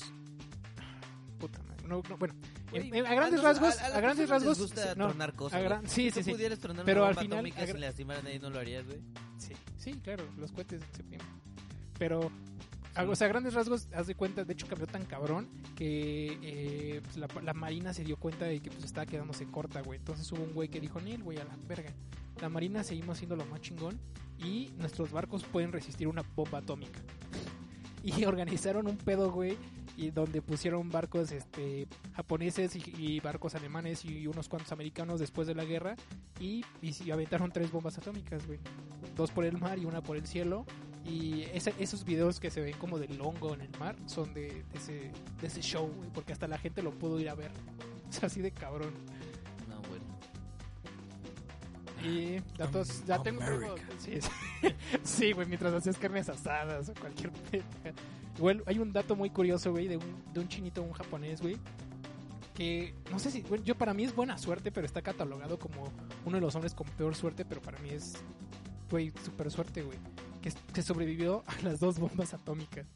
Puta madre, no, no, bueno, Güey, en- en- a grandes los- rasgos, a, a las a grandes personas rasgos, les gusta no, tronar cosas. a gran- güey. sí, Si sí, tú sí. pudieras tronar Pero una al bomba final, atómica a gra- sin lastimaran a nadie, ¿no lo harías, güey? Sí, sí, claro, los cohetes en septiembre. Pero, a- o sea, a grandes rasgos, haz de cuenta, de hecho cambió tan cabrón que eh, pues, la, la Marina se dio cuenta de que pues estaba quedándose corta, güey. Entonces hubo un güey que dijo, Nel, güey, a la verga. La Marina seguimos siendo lo más chingón y nuestros barcos pueden resistir una bomba atómica. Y organizaron un pedo, güey, y donde pusieron barcos este japoneses y, y barcos alemanes y unos cuantos americanos después de la guerra y, y, y aventaron tres bombas atómicas, güey. Dos por el mar y una por el cielo. Y ese, esos videos que se ven como del hongo en el mar son de, de ese, de ese show, güey, porque hasta la gente lo pudo ir a ver. O sea, así de cabrón. No, bueno. Y datos, ya tengo, tengo- sí, sí. Sí, güey, mientras hacías carnes asadas o cualquier pendeja. Igual hay un dato muy curioso, güey, de un, de un chinito, un japonés, güey, que no sé si, bueno, yo para mí es buena suerte, pero está catalogado como uno de los hombres con peor suerte, pero para mí es, güey, super suerte, güey, que, que sobrevivió a las dos bombas atómicas.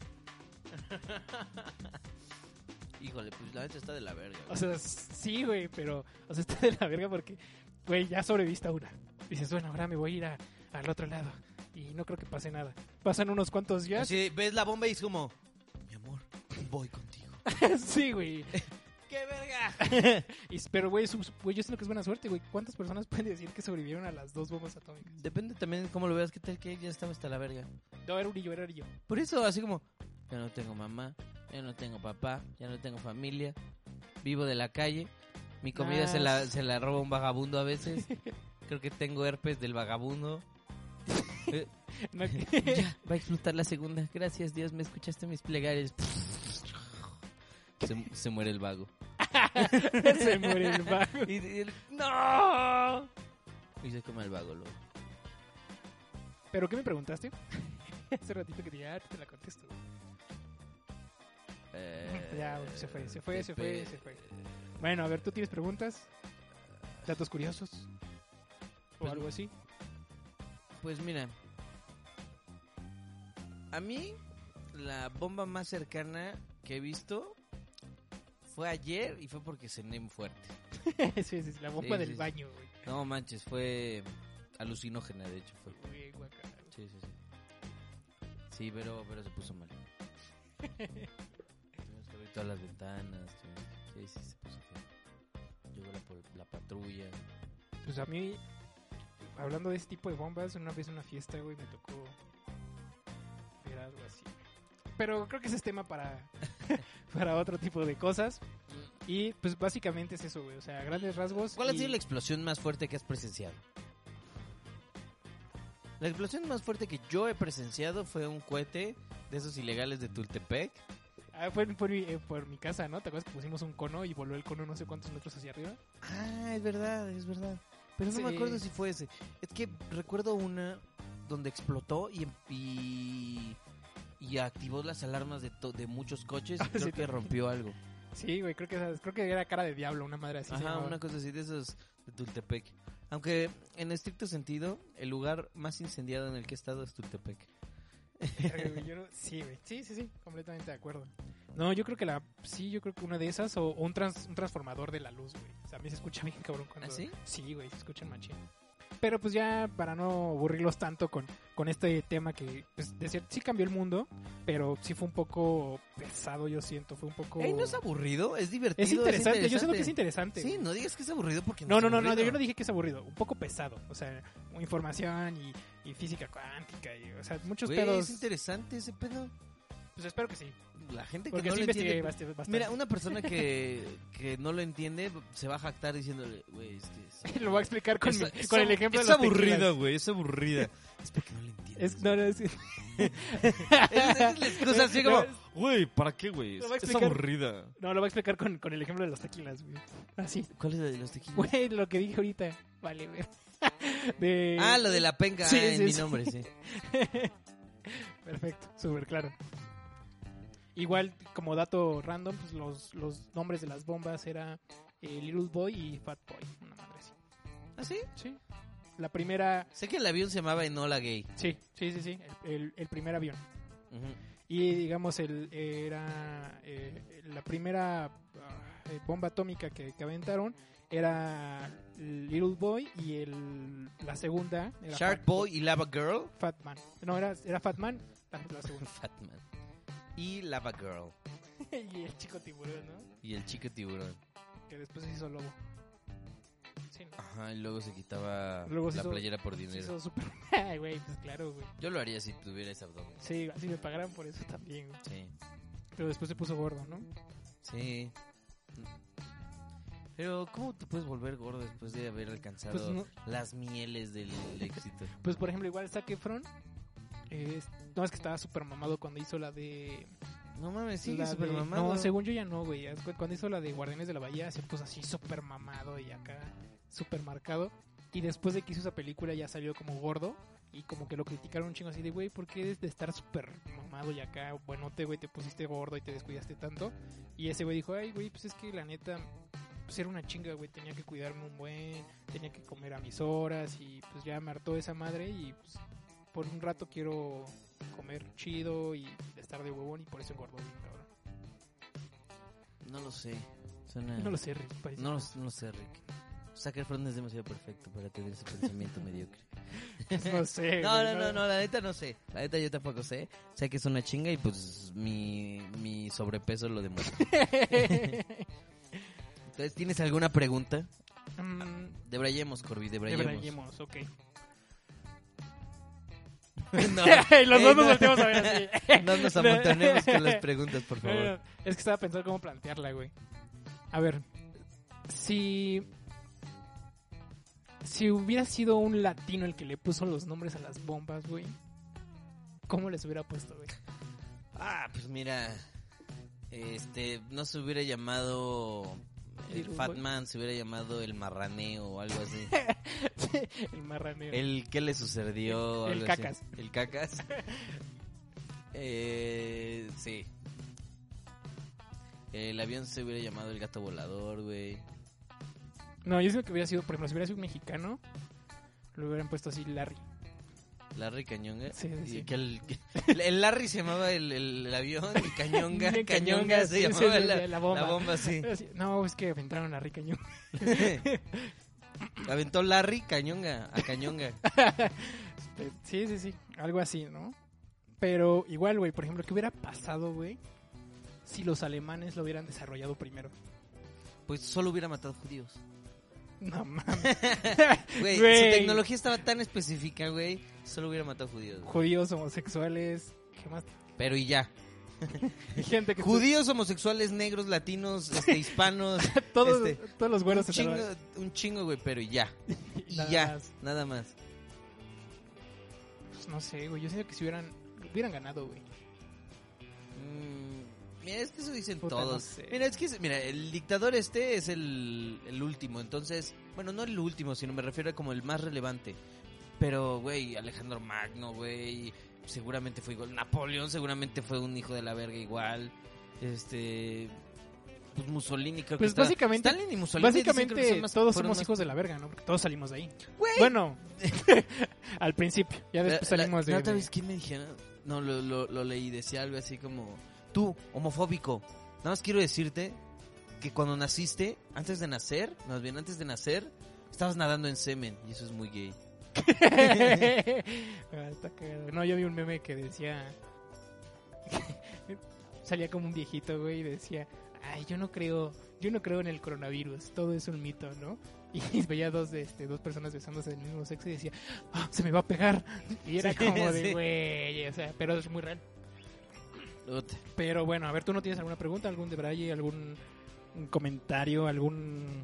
Híjole, pues la neta está de la verga. O sea, sí, güey, pero, o sea, está de la verga porque, güey, ya sobreviviste a una. Dices, bueno, ahora me voy a ir a, al otro lado y no creo que pase nada. Pasan unos cuantos días. Así ves la bomba y es como, mi amor, voy contigo. Sí, güey. ¡Qué verga! Y- Pero, güey, su- güey, yo siento que es buena suerte, güey. ¿Cuántas personas pueden decir que sobrevivieron a las dos bombas atómicas? Depende también de cómo lo veas, qué tal que ya estaba hasta la verga. No, era Urillo, era Urillo. Por eso, así como, ya no tengo mamá, ya no tengo papá, ya no tengo familia, vivo de la calle, mi comida Ah. se la, se la roba un vagabundo a veces, creo que tengo herpes del vagabundo. Eh, No, ya, va a explotar la segunda, gracias Dios, me escuchaste mis plegarias. Se, se muere el vago. se muere el vago. Y, y- ¡no! Y se come el vago, luego. ¿Pero qué me preguntaste? Hace ratito que te, ya te la contesto. Eh, Ya, se fue, se fue, se Pepe, fue, se fue. Bueno, a ver, ¿tú tienes preguntas? ¿Datos curiosos? ¿O Pues- algo así? Pues mira, a mí la bomba más cercana que he visto fue ayer y fue porque cené muy fuerte. sí, sí, sí, la bomba Sí, del sí, sí. baño, güey. No manches, fue alucinógena, de hecho fue. Güey, guacala, güey. Sí, sí, sí. Sí, pero, pero se puso mal. Tuvimos que abrir todas las ventanas. tuvimos- Sí, sí, se puso feo. Llegó la, po- la patrulla. Pues a mí, hablando de ese tipo de bombas, una vez en una fiesta, güey, me tocó ver algo así. Pero creo que ese es tema para, para otro tipo de cosas. Y pues básicamente es eso, güey. O sea, a grandes rasgos. ¿Cuál ha y- sido la explosión más fuerte que has presenciado? La explosión más fuerte que yo he presenciado fue un cohete de esos ilegales de Tultepec. Ah, fue por mi, eh, por mi casa, ¿no? ¿Te acuerdas que pusimos un cono y voló el cono no sé cuántos metros hacia arriba? Ah, es verdad, es verdad. Pero no Sí. me acuerdo si fue ese. Es que recuerdo una donde explotó y, y, y activó las alarmas de, to- de muchos coches y Ah, creo sí, que también. rompió algo. Sí, güey, creo que, creo que era cara de diablo, una madre así. se Ajá, llamaba. una cosa así de esos de Tultepec. Aunque en estricto sentido, el lugar más incendiado en el que he estado es Tultepec. Verga, güey, yo no- Sí, güey, sí, sí, sí, completamente de acuerdo. No, yo creo que la, sí, yo creo que una de esas o, o un, trans, un transformador de la luz, güey. O sea, a mí se escucha bien cabrón cuando... ¿Ah, sí? Sí, güey, se escuchan machín. Pero pues ya para no aburrirlos tanto con, con este tema que pues, de cierto, sí cambió el mundo, pero sí fue un poco pesado, yo siento, fue un poco... Ey, no es aburrido, es divertido. Es interesante, yo siento que es interesante. Sí, güey. no digas que es aburrido porque no, No, es no, no, no, aburrido. yo no dije que es aburrido, un poco pesado, o sea, información y, y física cuántica, y, o sea, muchos Güey, pedos. es interesante ese pedo. Pues espero que sí, La gente que porque no sí lo investigué entiende. bast- bastante. Mira, una persona que, que no lo entiende se va a jactar diciéndole, güey, es que... es- Lo voy a explicar con, es- mi- es con el abu- ejemplo es de las aburrida, tequilas. güey, es aburrida. Es porque no le entiendes. Es, no, no, es, Esa es la excusa así como, No, güey, ¿para qué, güey? Lo voy a Es, es explicar. aburrida. no, lo voy a explicar con, con el ejemplo de los tequilas, güey. Así. ¿Cuál es la de los tequilas? Güey, lo que dije ahorita. Vale, güey. De... Ah, lo de la penca Sí, ah, en sí, mi sí. nombre, sí. Perfecto, súper claro. Igual, como dato random, pues los, los nombres de las bombas era eh, Little Boy y Fat Boy. Una madre así. ¿Ah, sí? Sí. La primera... Sé que el avión se llamaba Enola Gay. Sí, sí, sí, sí. El, el- el primer avión. Ujú. Y digamos, el era eh, la primera ah, eh, bomba atómica que, que aventaron era Little Boy y el, la segunda era Shark Fat, Boy y Lava Girl. Fat Man. No, era, era Fat Man, la, la segunda. Fat Man. Y Lava Girl. Y el chico tiburón, ¿no? Y el chico tiburón. Que después se hizo lobo. Sí, ¿no? Ajá, y luego se quitaba Luego se la hizo- playera por Se dinero. hizo super... Ay, güey, pues claro, güey. Yo lo haría si tuviera ese abdomen. Sí, así me pagaran por eso también, güey. Sí. Pero después se puso gordo, ¿no? Sí. Pero, ¿cómo te puedes volver gordo después de haber alcanzado Pues no- las mieles del éxito? Pues por ejemplo, igual Zac Efron. eh, no, es que estaba super mamado cuando hizo la de... No mames, sigue la súper de- mamado. No, según yo ya no, güey. Haz cu- Cuando hizo la de Guardianes de la Bahía se puso así súper mamado y acá súper marcado. Y después de que hizo esa película ya salió como gordo. Y como que lo criticaron un chingo así de, güey, ¿por qué de estar súper mamado y acá, buenote, güey, te pusiste gordo y te descuidaste tanto? Y ese güey dijo, ay, güey, pues es que la neta, pues era una chinga, güey, tenía que cuidarme un buen, tenía que comer a mis horas y pues ya me hartó esa madre y pues por un rato quiero comer chido y estar de huevón y por eso engordó bien, cabrón. No lo sé. Suena... No lo sé, Rick, parece. No, lo- no lo sé, Rick. Zac Efron es demasiado perfecto para tener ese pensamiento mediocre. No sé, No, güey, no, no, no, la neta no sé. La neta yo tampoco sé. Sé que es una chinga y pues mi, mi sobrepeso lo demuestra. Entonces, ¿tienes alguna pregunta? Mm, Debrayemos, Corby, debrayemos. debrayemos, ok. No, Y los ey, dos nos no. volteamos a ver así. No nos amontonemos con las preguntas, por No, no, favor. no. Es que estaba pensando cómo plantearla, güey. A ver, si... Si hubiera sido un latino el que le puso los nombres a las bombas, güey, ¿cómo les hubiera puesto, güey? Ah, pues mira, este, no se hubiera llamado El Fat Man se hubiera llamado el marraneo o algo así. El marraneo. El ¿qué le sucedió? El Algo cacas. así. El cacas. eh, sí. El avión se hubiera llamado el gato volador, güey. No, yo siento que hubiera sido, por ejemplo, si hubiera sido un mexicano, lo hubieran puesto así Larry. Larry Cañonga. Sí, sí, Y sí. que el, que el Larry se llamaba el, el, el avión y Cañonga. Cañonga, Cañonga se sí, llamaba sí, sí, la, la bomba. la bomba, sí. Así, no, es que aventaron a Larry Cañón. Aventó Larry Cañonga a Cañonga. Sí, sí, sí, algo así, ¿no? Pero igual, güey, por ejemplo, ¿qué hubiera pasado, güey, si los alemanes lo hubieran desarrollado primero? Pues solo hubiera matado judíos. No mames. Güey, Güey. su tecnología estaba tan específica, güey. Solo hubiera matado judíos. güey. Judíos, homosexuales, ¿qué más? Pero y ya. Y gente que... Judíos, homosexuales, negros, latinos, este, hispanos. todos, este, todos los güeros un se chingo, salvaron. un chingo, güey, pero y ya. Y Nada ya, más. nada más. Pues no sé, güey, yo siento que si hubieran, hubieran ganado, güey. Mm, mira, es que eso dicen Puta, todos. no sé. Mira, es que, mira, el dictador este es el, el último, entonces, bueno, no el último, sino me refiero a como el más relevante. Pero, güey, Alejandro Magno, güey, seguramente fue igual. Napoleón seguramente fue un hijo de la verga igual. Este... Pues Mussolini creo que Pues está- básicamente, Stalin y Mussolini dicen básicamente creo que son más- todos fueron somos más- hijos de la verga, ¿no? Porque todos salimos de ahí. Güey. Bueno, al principio, ya La- después la- salimos de... la otra de- vez, ¿quién me dijeron? No, lo, lo, lo leí, decía algo así como... Tú, homofóbico, nada más quiero decirte que cuando naciste, antes de nacer, más bien antes de nacer, estabas nadando en semen, y eso es muy gay. Ah, está cagado. No, yo vi un meme que decía... Salía como un viejito, güey, y decía... Ay, yo no creo... Yo no creo en el coronavirus, todo es un mito, ¿no? Y veía dos de este, dos personas besándose del mismo sexo y decía, ¡ah, se me va a pegar! Y era Sí, como de, sí. güey, o sea, pero es muy real. Ute. Pero bueno, a ver, ¿tú no tienes alguna pregunta, algún de Braille, algún un comentario, algún...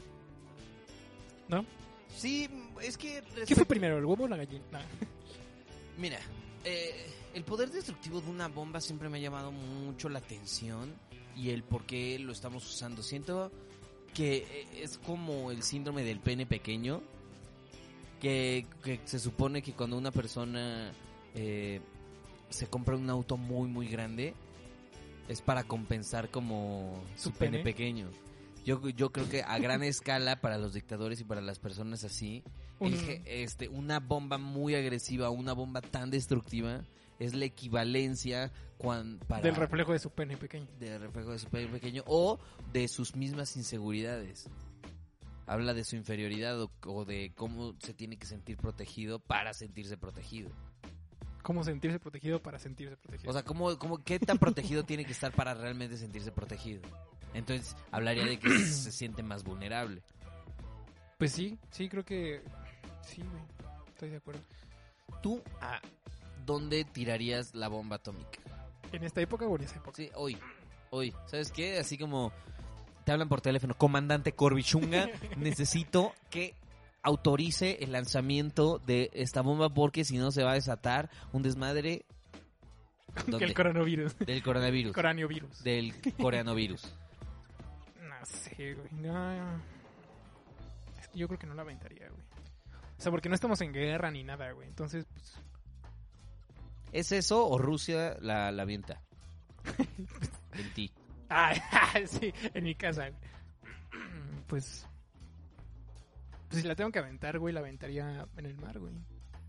¿No? Sí, es que... ¿Qué fue respecto- primero, el huevo o la gallina? No. Mira, eh, el poder destructivo de una bomba siempre me ha llamado mucho la atención y el por qué lo estamos usando. Siento que es como el síndrome del pene pequeño, que, que se supone que cuando una persona eh, se compra un auto muy muy grande es para compensar como su, Su pene pene. pequeño. Yo, yo creo que a gran escala para los dictadores y para las personas así, Un- el ge- este, una bomba muy agresiva, una bomba tan destructiva es la equivalencia cuan, para, Del reflejo de su pene pequeño. del reflejo de su pene pequeño o de sus mismas inseguridades. Habla de su inferioridad o, o de cómo se tiene que sentir protegido para sentirse protegido. ¿Cómo sentirse protegido para sentirse protegido? O sea, ¿cómo, cómo, ¿qué tan protegido tiene que estar para realmente sentirse protegido? Entonces, hablaría de que se siente más vulnerable. Pues sí, sí, creo que... Sí, güey, estoy de acuerdo. ¿Tú a dónde tirarías la bomba atómica? ¿En esta época o en esa época? Sí, hoy. Hoy. ¿Sabes qué? Así como te hablan por teléfono, comandante Corbichunga, necesito que autorice el lanzamiento de esta bomba porque si no se va a desatar un desmadre Que ¿dónde? el coronavirus. del coronavirus, Coraniovirus. del coreanovirus. No sé, güey. No. Es que yo creo que no la aventaría, güey. O sea, porque no estamos en guerra ni nada, güey. Entonces, pues... ¿Es eso o Rusia la, la avienta? En ti. Ah, sí, en mi casa, güey. Pues... Pues si la tengo que aventar, güey, la aventaría en el mar, güey.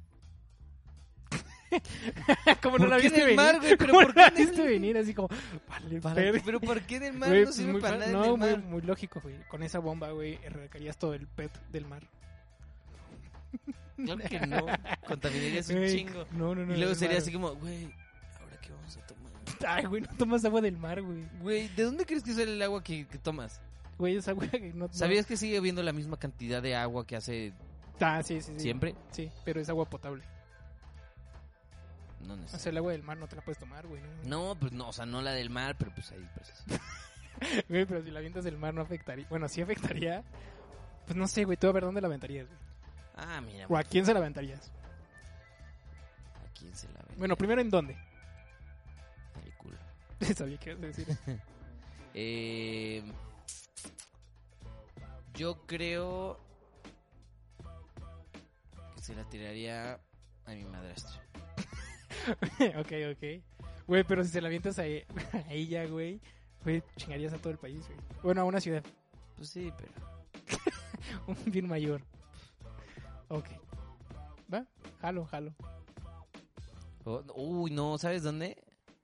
Como no ¿Por la qué viste en el venir. mar, güey? ¿Pero ¿Cómo por no la qué en el- viste venir? Así como... Vale, ¿Para verga. qué? ¿Pero por qué en el mar Güey, no pues sirve muy para fa- nada en No, el muy, mar? muy lógico, güey. Con esa bomba, güey, erradicarías todo el pet del mar. Claro que no. Contaminarías un Güey, chingo. No, no, no. Y luego del sería mar. así como, güey, ¿ahora qué vamos a tomar? Ay, güey, no tomas agua del mar, güey. Güey, ¿de dónde crees que sale el agua que, que tomas? Güey, esa agua que no... no- ¿Sabías que sigue habiendo la misma cantidad de agua que hace Ah, sí, sí, sí. siempre? Sí, pero es agua potable. No O sea, necesariamente. el agua del mar no te la puedes tomar, güey. ¿no? No, pues no, o sea, no la del mar, pero pues ahí, pues. Güey, pero si la avientas del mar no afectaría. Bueno, sí afectaría. Pues no sé, güey, tú a ver dónde la aventarías, güey. Ah, mira. O a quién se la aventarías. ¿A quién se la ve? Bueno, primero en dónde. El culo. Sabía que ibas a decir. Eh, Yo creo que se la tiraría a mi madrastra. ok, ok. Güey, pero si se la avientas a, e- a ella, güey, güey, chingarías a todo el país, güey. Bueno, a una ciudad. Pues sí, pero... Un bien mayor. Ok. ¿Va? Jalo, jalo. Oh, uy, no, ¿sabes dónde?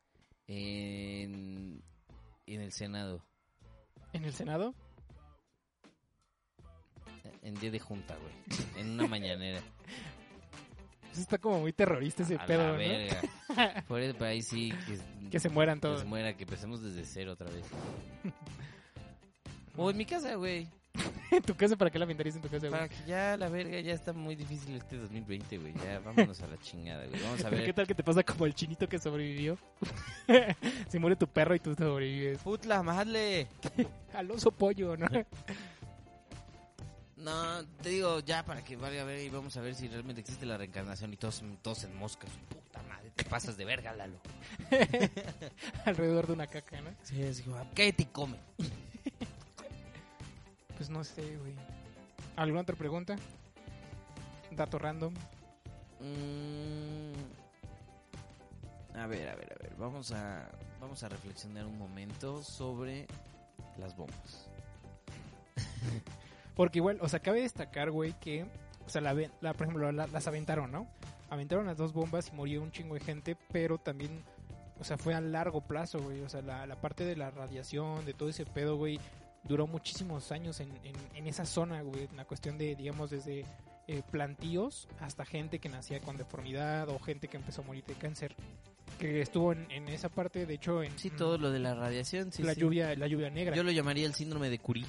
En, en el Senado. ¿En el Senado? En día de junta, güey. En una mañanera. Eso está como muy terrorista ese A pedo, la ¿no? verga. Por el país sí. Que, Que se mueran que todos. se muera, que empecemos desde cero otra vez. O en mi casa, güey. ¿En tu casa? ¿Para qué la aventarías en tu casa, güey? Para que ya la verga, ya está muy difícil este dos mil veinte, güey. Ya vámonos a la chingada, güey. Vamos a ¿Qué ver. tal que te pasa como el chinito que sobrevivió? Se muere tu perro y tú sobrevives. Putla, madre. Al oso pollo, ¿no? No, te digo, ya para que valga ver y vamos a ver si realmente existe la reencarnación y todos, todos en moscas. Puta madre, te pasas de verga, Lalo. Alrededor de una caca, ¿no? Sí, es igual. ¿Qué te come? Pues no sé, güey. ¿Alguna otra pregunta? Dato random. Mm, a ver, a ver, a ver. Vamos a, vamos a reflexionar un momento sobre las bombas. Porque igual, o sea, cabe destacar, güey, que, o sea, la, ve- la, por ejemplo, la- las aventaron, ¿no? Aventaron las dos bombas y murió un chingo de gente, pero también, o sea, fue a largo plazo, güey. O sea, la, la parte de la radiación, de todo ese pedo, güey, duró muchísimos años en, en, en esa zona, güey. En la cuestión de, digamos, desde eh, plantíos hasta gente que nacía con deformidad o gente que empezó a morir de cáncer. Que estuvo en, en esa parte, de hecho, en Sí, todo lo de la radiación, sí, la sí. lluvia, la lluvia negra. Yo lo llamaría el síndrome de Curie.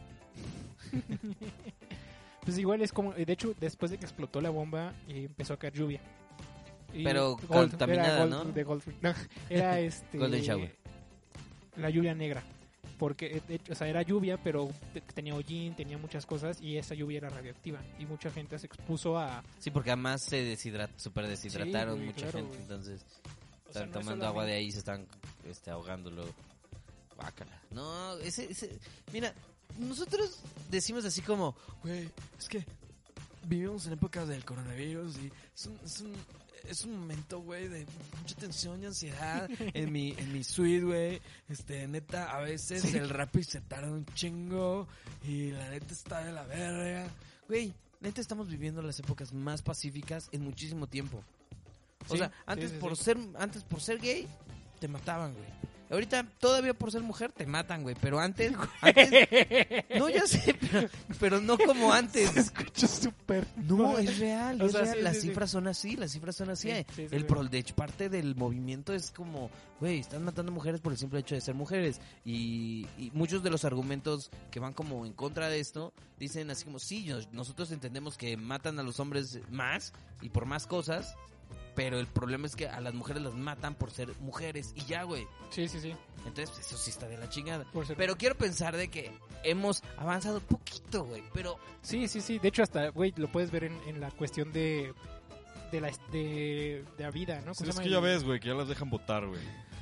Pues igual es como, de hecho, después de que explotó la bomba, eh, empezó a caer lluvia. Y Pero Gold, contaminada, era Gold, ¿no? De Gold, no, era este... Golden shower. La lluvia negra. Porque, de hecho, o sea, era lluvia, pero te- tenía hollín, tenía muchas cosas, y esa lluvia era radioactiva. Y mucha gente se expuso a... Sí, porque además se deshidrat, super deshidrataron Sí, güey, mucha claro, gente, güey. entonces O sea, están no es tomando agua de solamente- ahí y se están este, ahogando luego. Bácala. No, ese, ese... Mira, nosotros decimos así como... Güey, es que vivimos en épocas del coronavirus y es un, es un, es un momento, güey, de mucha tensión y ansiedad en mi, en mi suite, güey. Este, neta, a veces Sí. el rap se tarda un chingo y la neta está de la verga. Güey, neta estamos viviendo las épocas más pacíficas en muchísimo tiempo. O Sí, sea, sí, antes sí, por sí. ser antes por ser gay te mataban, güey. Ahorita todavía por ser mujer te matan, güey, pero antes, antes no, ya sé, pero, pero no como antes. Se escucha súper... No, es real, O es sea, real. sí, las sí, sí. cifras son así, las cifras son así. Sí, eh. sí, sí, el sí. pro, de hecho, parte del movimiento es como, güey, están matando mujeres por el simple hecho de ser mujeres. Y, y muchos de los argumentos que van como en contra de esto dicen así como, sí, nos- nosotros entendemos que matan a los hombres más y por más cosas, pero el problema es que a las mujeres las matan por ser mujeres y ya, güey. Sí, sí, sí. Entonces, pues, eso sí está de la chingada. Por ser- Pero quiero pensar de que hemos avanzado poquito, güey, pero Sí, sí, sí. De hecho, hasta, güey, lo puedes ver en, en la cuestión de... De la, de, de la vida, ¿no? Sí, ¿Cómo es se que llama? ya ves, güey, que ya las dejan votar, güey.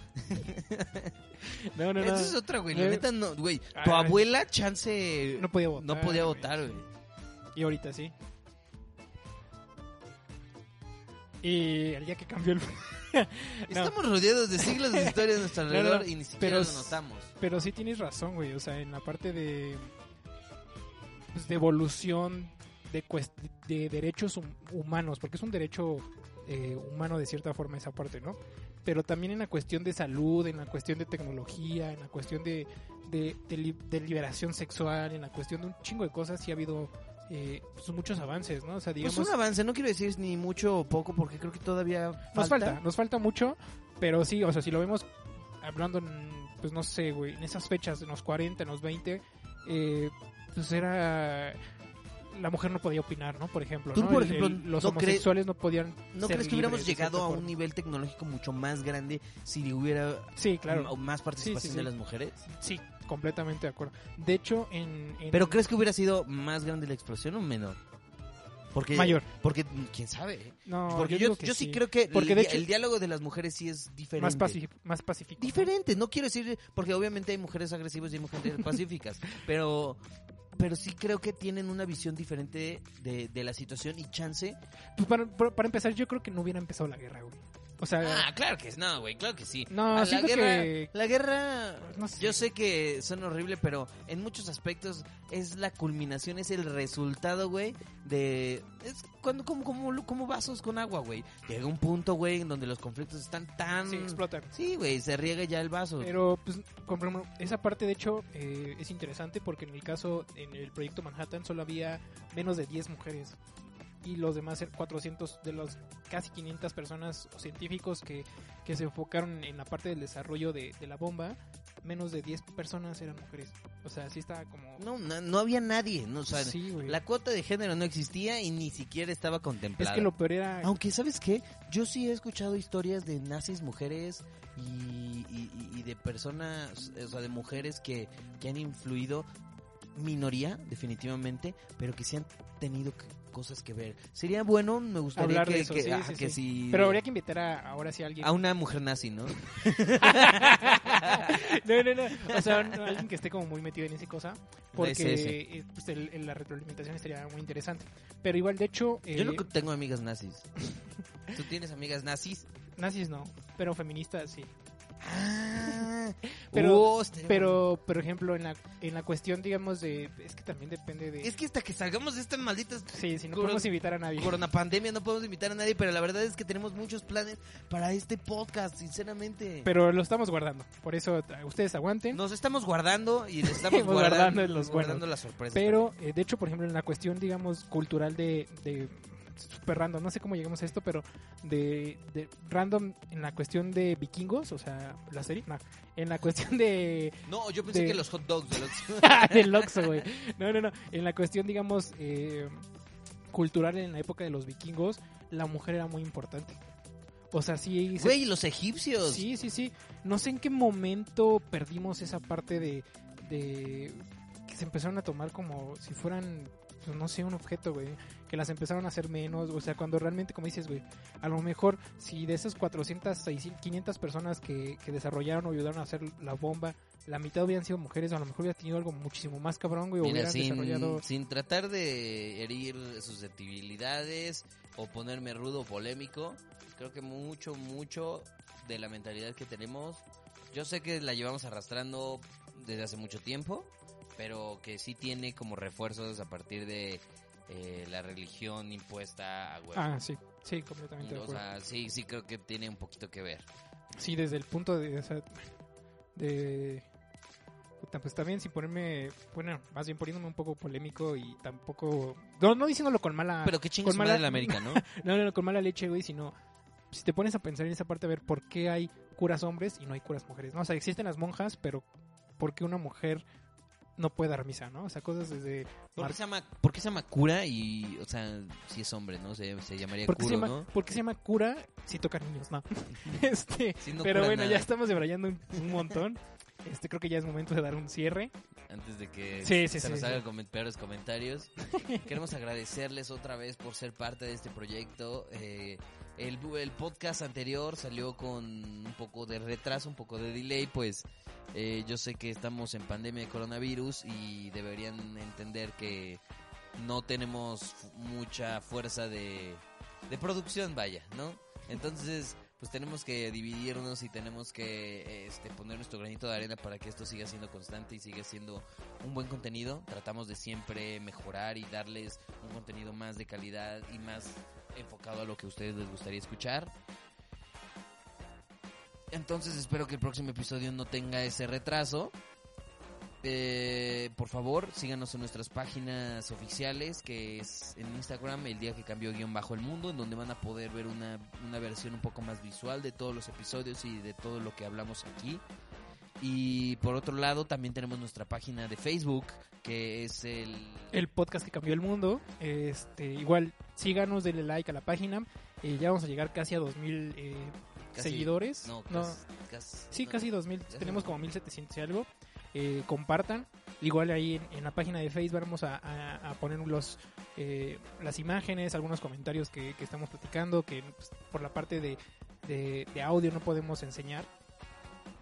No, no, no. esa es otra, güey. La Eh, neta, no, güey. Tu ay. abuela, chance. No podía votar. no podía güey. votar, güey. Y ahorita sí. Y el día que cambió el... No, Estamos rodeados de siglos de historia a nuestro No, alrededor no, y ni siquiera pero lo notamos. pero sí tienes razón, güey. O sea, en la parte de... Pues, de evolución de, cuest- de derechos hum- humanos, porque es un derecho eh, humano de cierta forma esa parte, ¿no? Pero también en la cuestión de salud, en la cuestión de tecnología, en la cuestión de, de, de li- de liberación sexual, en la cuestión de un chingo de cosas, sí ha habido eh, pues, muchos avances, ¿no? O sea, digamos... Pues un avance, no quiero decir ni mucho o poco porque creo que todavía falta. Nos falta, nos falta mucho, pero sí, o sea, si lo vemos hablando, en, pues no sé, güey, en esas fechas, en los cuarenta, en los veinte, eh, pues era... La mujer no podía opinar, ¿no? Por ejemplo, Tú, ¿no? por El- ejemplo, el- los ¿no cre- homosexuales no podían ¿No ser crees que hubiéramos libres de llegado cierta a un forma? nivel tecnológico mucho más grande si hubiera Sí, claro. m- más participación Sí, sí, sí. de las mujeres? Sí, completamente de acuerdo. De hecho, en... en- ¿Pero crees que hubiera sido más grande la explosión o menor? Porque, Mayor. Porque, quién sabe. No, Porque yo, yo, digo que yo sí sí. creo que Porque el, de dia- hecho- el diálogo de las mujeres sí es diferente. Más, paci- más pacífico. ¿no? Diferente, no quiero decir, porque obviamente hay mujeres agresivas y hay mujeres pacíficas, pero pero sí creo que tienen una visión diferente de, de la situación y chance. Pues para, para, para empezar, yo creo que no hubiera empezado la guerra, güey. O sea, Ah, claro que no, güey, claro que sí. no, Ah, la siento guerra, que... la guerra, No sé. yo sé que son horrible, pero en muchos aspectos es la culminación, es el resultado, güey, de... Es cuando como, como, como vasos con agua, güey. Llega un punto, güey, en donde los conflictos están tan... Sí, explotan. Sí, güey, se riega ya el vaso. Pero, pues, como esa parte, de hecho, eh, es interesante porque en el caso, en el proyecto Manhattan, solo había menos de diez mujeres. Y los demás cuatrocientos de los casi quinientas personas o científicos que, que se enfocaron en la parte del desarrollo de, de la bomba, menos de diez personas eran mujeres. O sea, sí estaba como... No, no, no había nadie, no, o sea, sí, güey. la cuota de género no existía y ni siquiera estaba contemplada. Es que lo peor era... Aunque, ¿sabes qué? Yo sí he escuchado historias de nazis mujeres y, y, y de personas, o sea, de mujeres que, que han influido, minoría, definitivamente, pero que sí han tenido que, cosas que ver. Sería bueno, me gustaría hablar que, de eso, que, sí, ah, sí, que sí. si... Pero habría que invitar a, ahora sí a alguien. A una mujer nazi, ¿no? no, no, no. O sea, no, alguien que esté como muy metido en esa cosa. Porque S S. eh, pues, el, el, la retroalimentación estaría muy interesante. Pero igual, de hecho... Eh, Yo no tengo amigas nazis. ¿Tú tienes amigas nazis? Nazis no, pero feministas sí. Ah, pero, oh, pero por ejemplo, en la en la cuestión, digamos, de... Es que también depende de... Es que hasta que salgamos de estas malditas... Sí, si no Corona, podemos invitar a nadie. Corona pandemia, no podemos invitar a nadie, pero la verdad es que tenemos muchos planes para este podcast, sinceramente. Pero lo estamos guardando, por eso ustedes aguanten. Nos estamos guardando y les estamos guardando, guardando, en los guardando las sorpresas. Pero, eh, de hecho, por ejemplo, en la cuestión, digamos, cultural de... de super random, no sé cómo llegamos a esto, pero de, de random en la cuestión de vikingos, o sea, la serie, no, en la cuestión de... No, yo pensé de... que los hot dogs de los... del Oxxo, güey. No, no, no, en la cuestión, digamos, eh, cultural en la época de los vikingos, la mujer era muy importante. O sea, sí... Güey, se... los egipcios. Sí, sí, sí. No sé en qué momento perdimos esa parte de... de que se empezaron a tomar como si fueran... no sé, un objeto, güey, que las empezaron a hacer menos, o sea, cuando realmente, como dices, güey, a lo mejor, si de esas cuatrocientas, seiscientas, quinientas personas que, que desarrollaron o ayudaron a hacer la bomba, la mitad hubieran sido mujeres, a lo mejor hubiera tenido algo muchísimo más cabrón, güey, o Mira, hubieran sin, desarrollado... sin tratar de herir susceptibilidades o ponerme rudo o polémico, creo que mucho, mucho de la mentalidad que tenemos, yo sé que la llevamos arrastrando desde hace mucho tiempo, pero que sí tiene como refuerzos a partir de eh, la religión impuesta a huevo. Ah, sí, sí, completamente de O acuerdo. sea, sí, sí creo que tiene un poquito que ver. Sí, desde el punto de... O sea, de puta, pues también sin ponerme... Bueno, más bien poniéndome un poco polémico y tampoco... No, no diciéndolo con mala... Pero qué chingo con su mala madre la América, ¿no? no, no, no, con mala leche, güey, sino... Si te pones a pensar en esa parte, a ver por qué hay curas hombres y no hay curas mujeres, ¿no? O sea, existen las monjas, pero ¿por qué una mujer no puede dar misa, ¿no? O sea, cosas desde... ¿Por qué se llama, por qué se llama cura y, o sea, si es hombre, ¿no? Se, se llamaría ¿Por qué curo, se llama, ¿no? ¿Por qué se llama cura si toca niños? No. este, Sí, no pero cura bueno, nada. ya estamos debrayando un, un montón. Este, creo que ya es momento de dar un cierre. Antes de que Sí, sí, se sí, nos sí. hagan coment- peores comentarios, queremos agradecerles otra vez por ser parte de este proyecto. Eh, el, el podcast anterior salió con un poco de retraso, un poco de delay, pues eh, yo sé que estamos en pandemia de coronavirus y deberían entender que no tenemos fu- mucha fuerza de, de producción, vaya, ¿no? Entonces, pues tenemos que dividirnos y tenemos que este, poner nuestro granito de arena para que esto siga siendo constante y siga siendo un buen contenido. Tratamos de siempre mejorar y darles un contenido más de calidad y más enfocado a lo que a ustedes les gustaría escuchar. Entonces espero que el próximo episodio no tenga ese retraso. Eh, por favor, síganos en nuestras páginas oficiales, que es en Instagram, el día que cambió guión bajo el mundo, en donde van a poder ver una, una versión un poco más visual de todos los episodios y de todo lo que hablamos aquí. Y por otro lado, también tenemos nuestra página de Facebook, que es el... El podcast que cambió el mundo. Este, igual, síganos, denle like a la página. Eh, ya vamos a llegar casi a dos mil eh, Casi- seguidores. No, No, casi, casi- sí, no. casi dos mil. Ya Tenemos se- como mil setecientos y algo. Eh, compartan. Igual ahí en, en la página de Facebook vamos a, a, a poner los, eh, las imágenes, algunos comentarios que, que estamos platicando, que pues, por la parte de, de, de audio no podemos enseñar.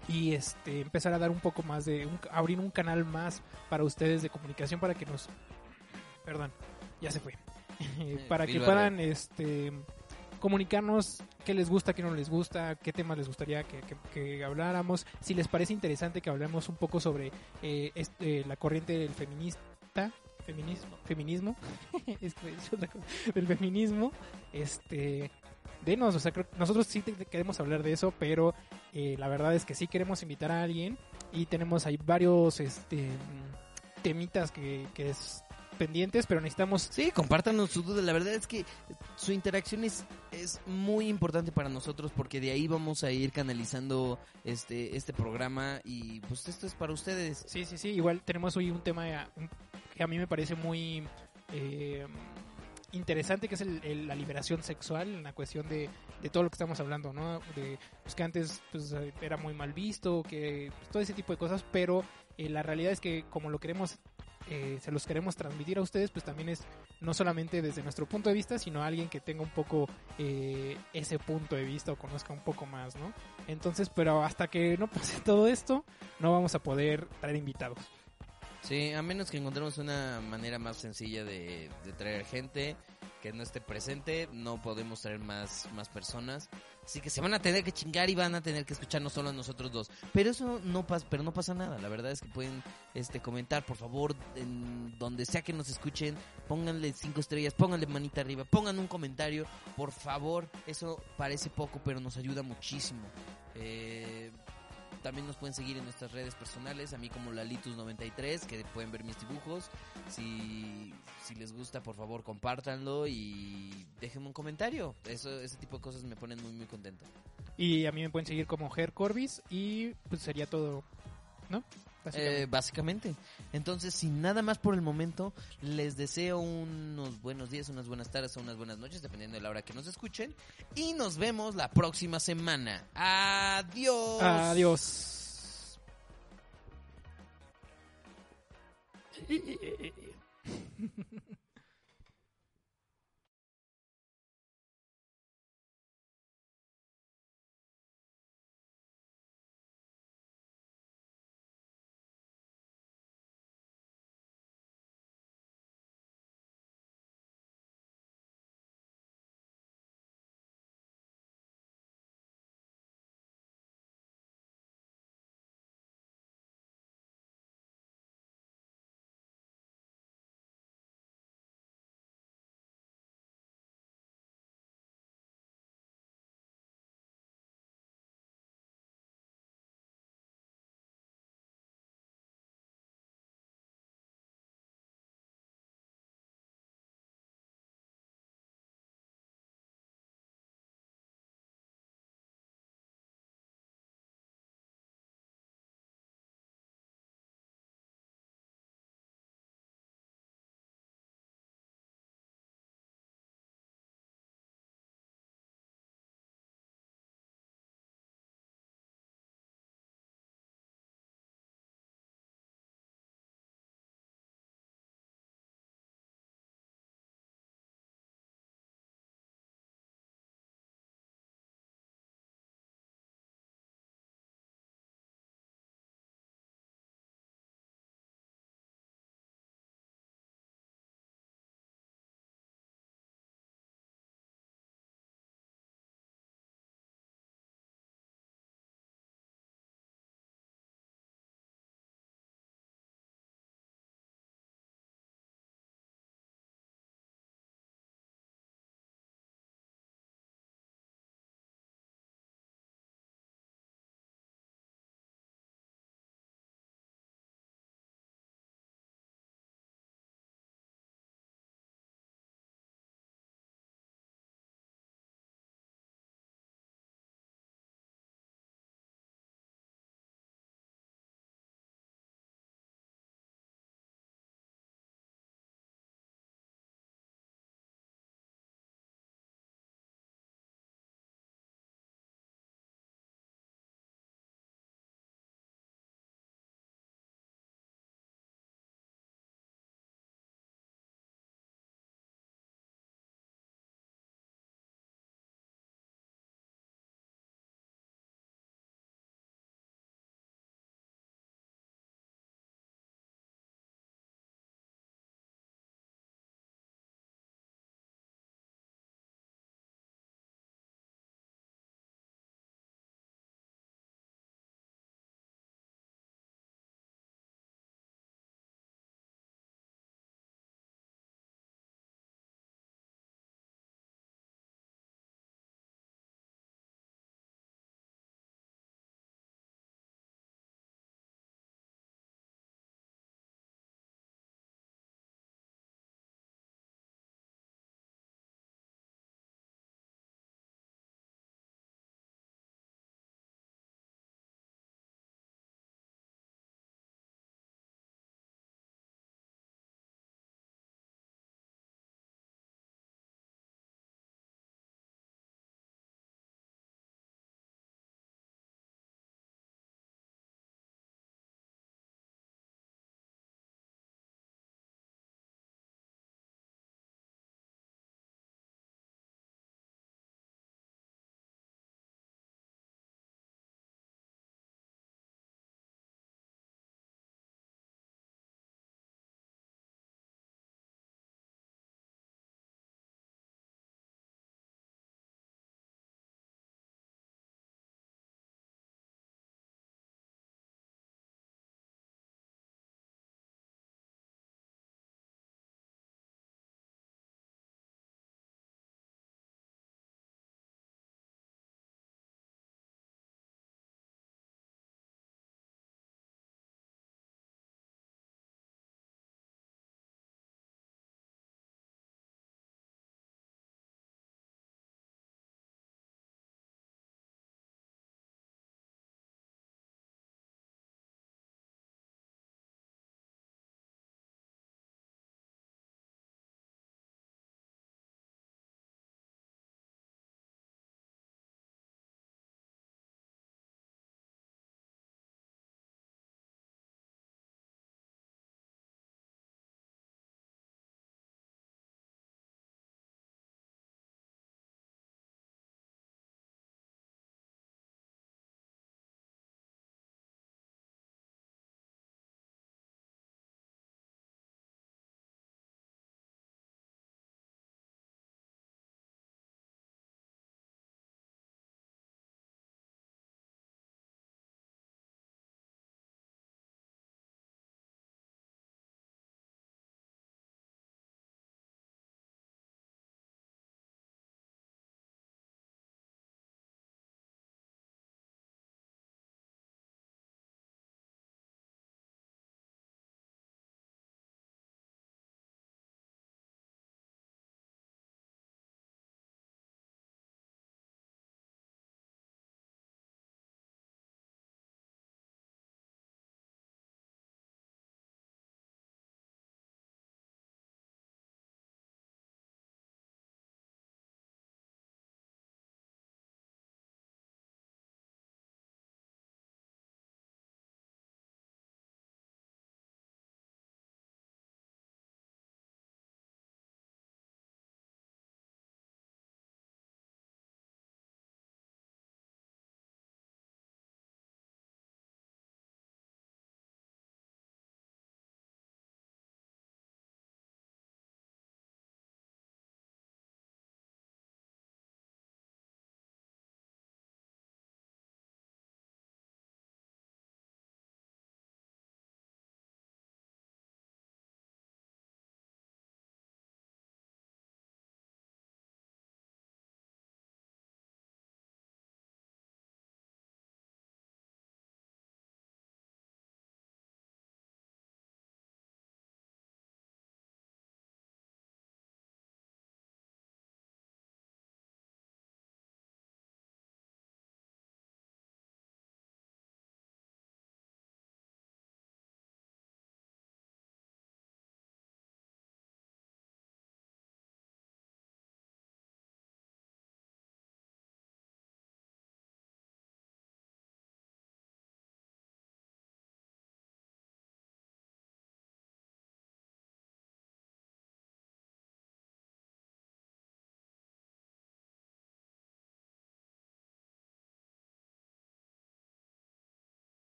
y este empezar a dar un poco más de un, abrir un canal más para ustedes de comunicación para que nos perdón ya se fue para que puedan este comunicarnos qué les gusta, qué no les gusta, qué temas les gustaría que, que, que habláramos, si les parece interesante que hablemos un poco sobre eh, este, la corriente del feminista feminismo feminismo Esto es otra cosa, del feminismo este denos, o sea, creo, nosotros sí te, te queremos hablar de eso, pero eh, la verdad es que sí queremos invitar a alguien y tenemos ahí varios este temitas que, que es pendientes, pero necesitamos... Sí, compártanos su duda. La verdad es que su interacción es, es muy importante para nosotros porque de ahí vamos a ir canalizando este este programa y pues esto es para ustedes. Sí, sí, sí. Igual tenemos hoy un tema que a mí me parece muy eh, interesante, que es el, el, la liberación sexual, en la cuestión de, de todo lo que estamos hablando, ¿no? De pues, que antes pues, era muy mal visto, que pues, todo ese tipo de cosas, pero eh, la realidad es que como lo queremos... Eh, se los queremos transmitir a ustedes, pues también es no solamente desde nuestro punto de vista, sino alguien que tenga un poco eh, ese punto de vista o conozca un poco más, ¿no? Entonces, pero hasta que no pase todo esto, no vamos a poder traer invitados. Sí, a menos que encontremos una manera más sencilla de, de traer gente que no esté presente, no podemos traer más, más personas. Así que se van a tener que chingar y van a tener que escucharnos solo a nosotros dos. Pero eso no pasa, pero no pasa nada. La verdad es que pueden este comentar, por favor, en donde sea que nos escuchen, pónganle cinco estrellas, pónganle manita arriba, pongan un comentario, por favor. Eso parece poco, pero nos ayuda muchísimo. Eh... También nos pueden seguir en nuestras redes personales, a mí como Lalitus noventa y tres, que pueden ver mis dibujos. Si, si les gusta, por favor, compártanlo y déjenme un comentario. Eso, ese tipo de cosas me ponen muy, muy contento. Y a mí me pueden seguir como Ger Corbis y pues sería todo, ¿no? Básicamente. Eh, básicamente. Entonces, sin nada más por el momento, les deseo unos buenos días, unas buenas tardes o unas buenas noches, dependiendo de la hora que nos escuchen. Y nos vemos la próxima semana. Adiós. Adiós.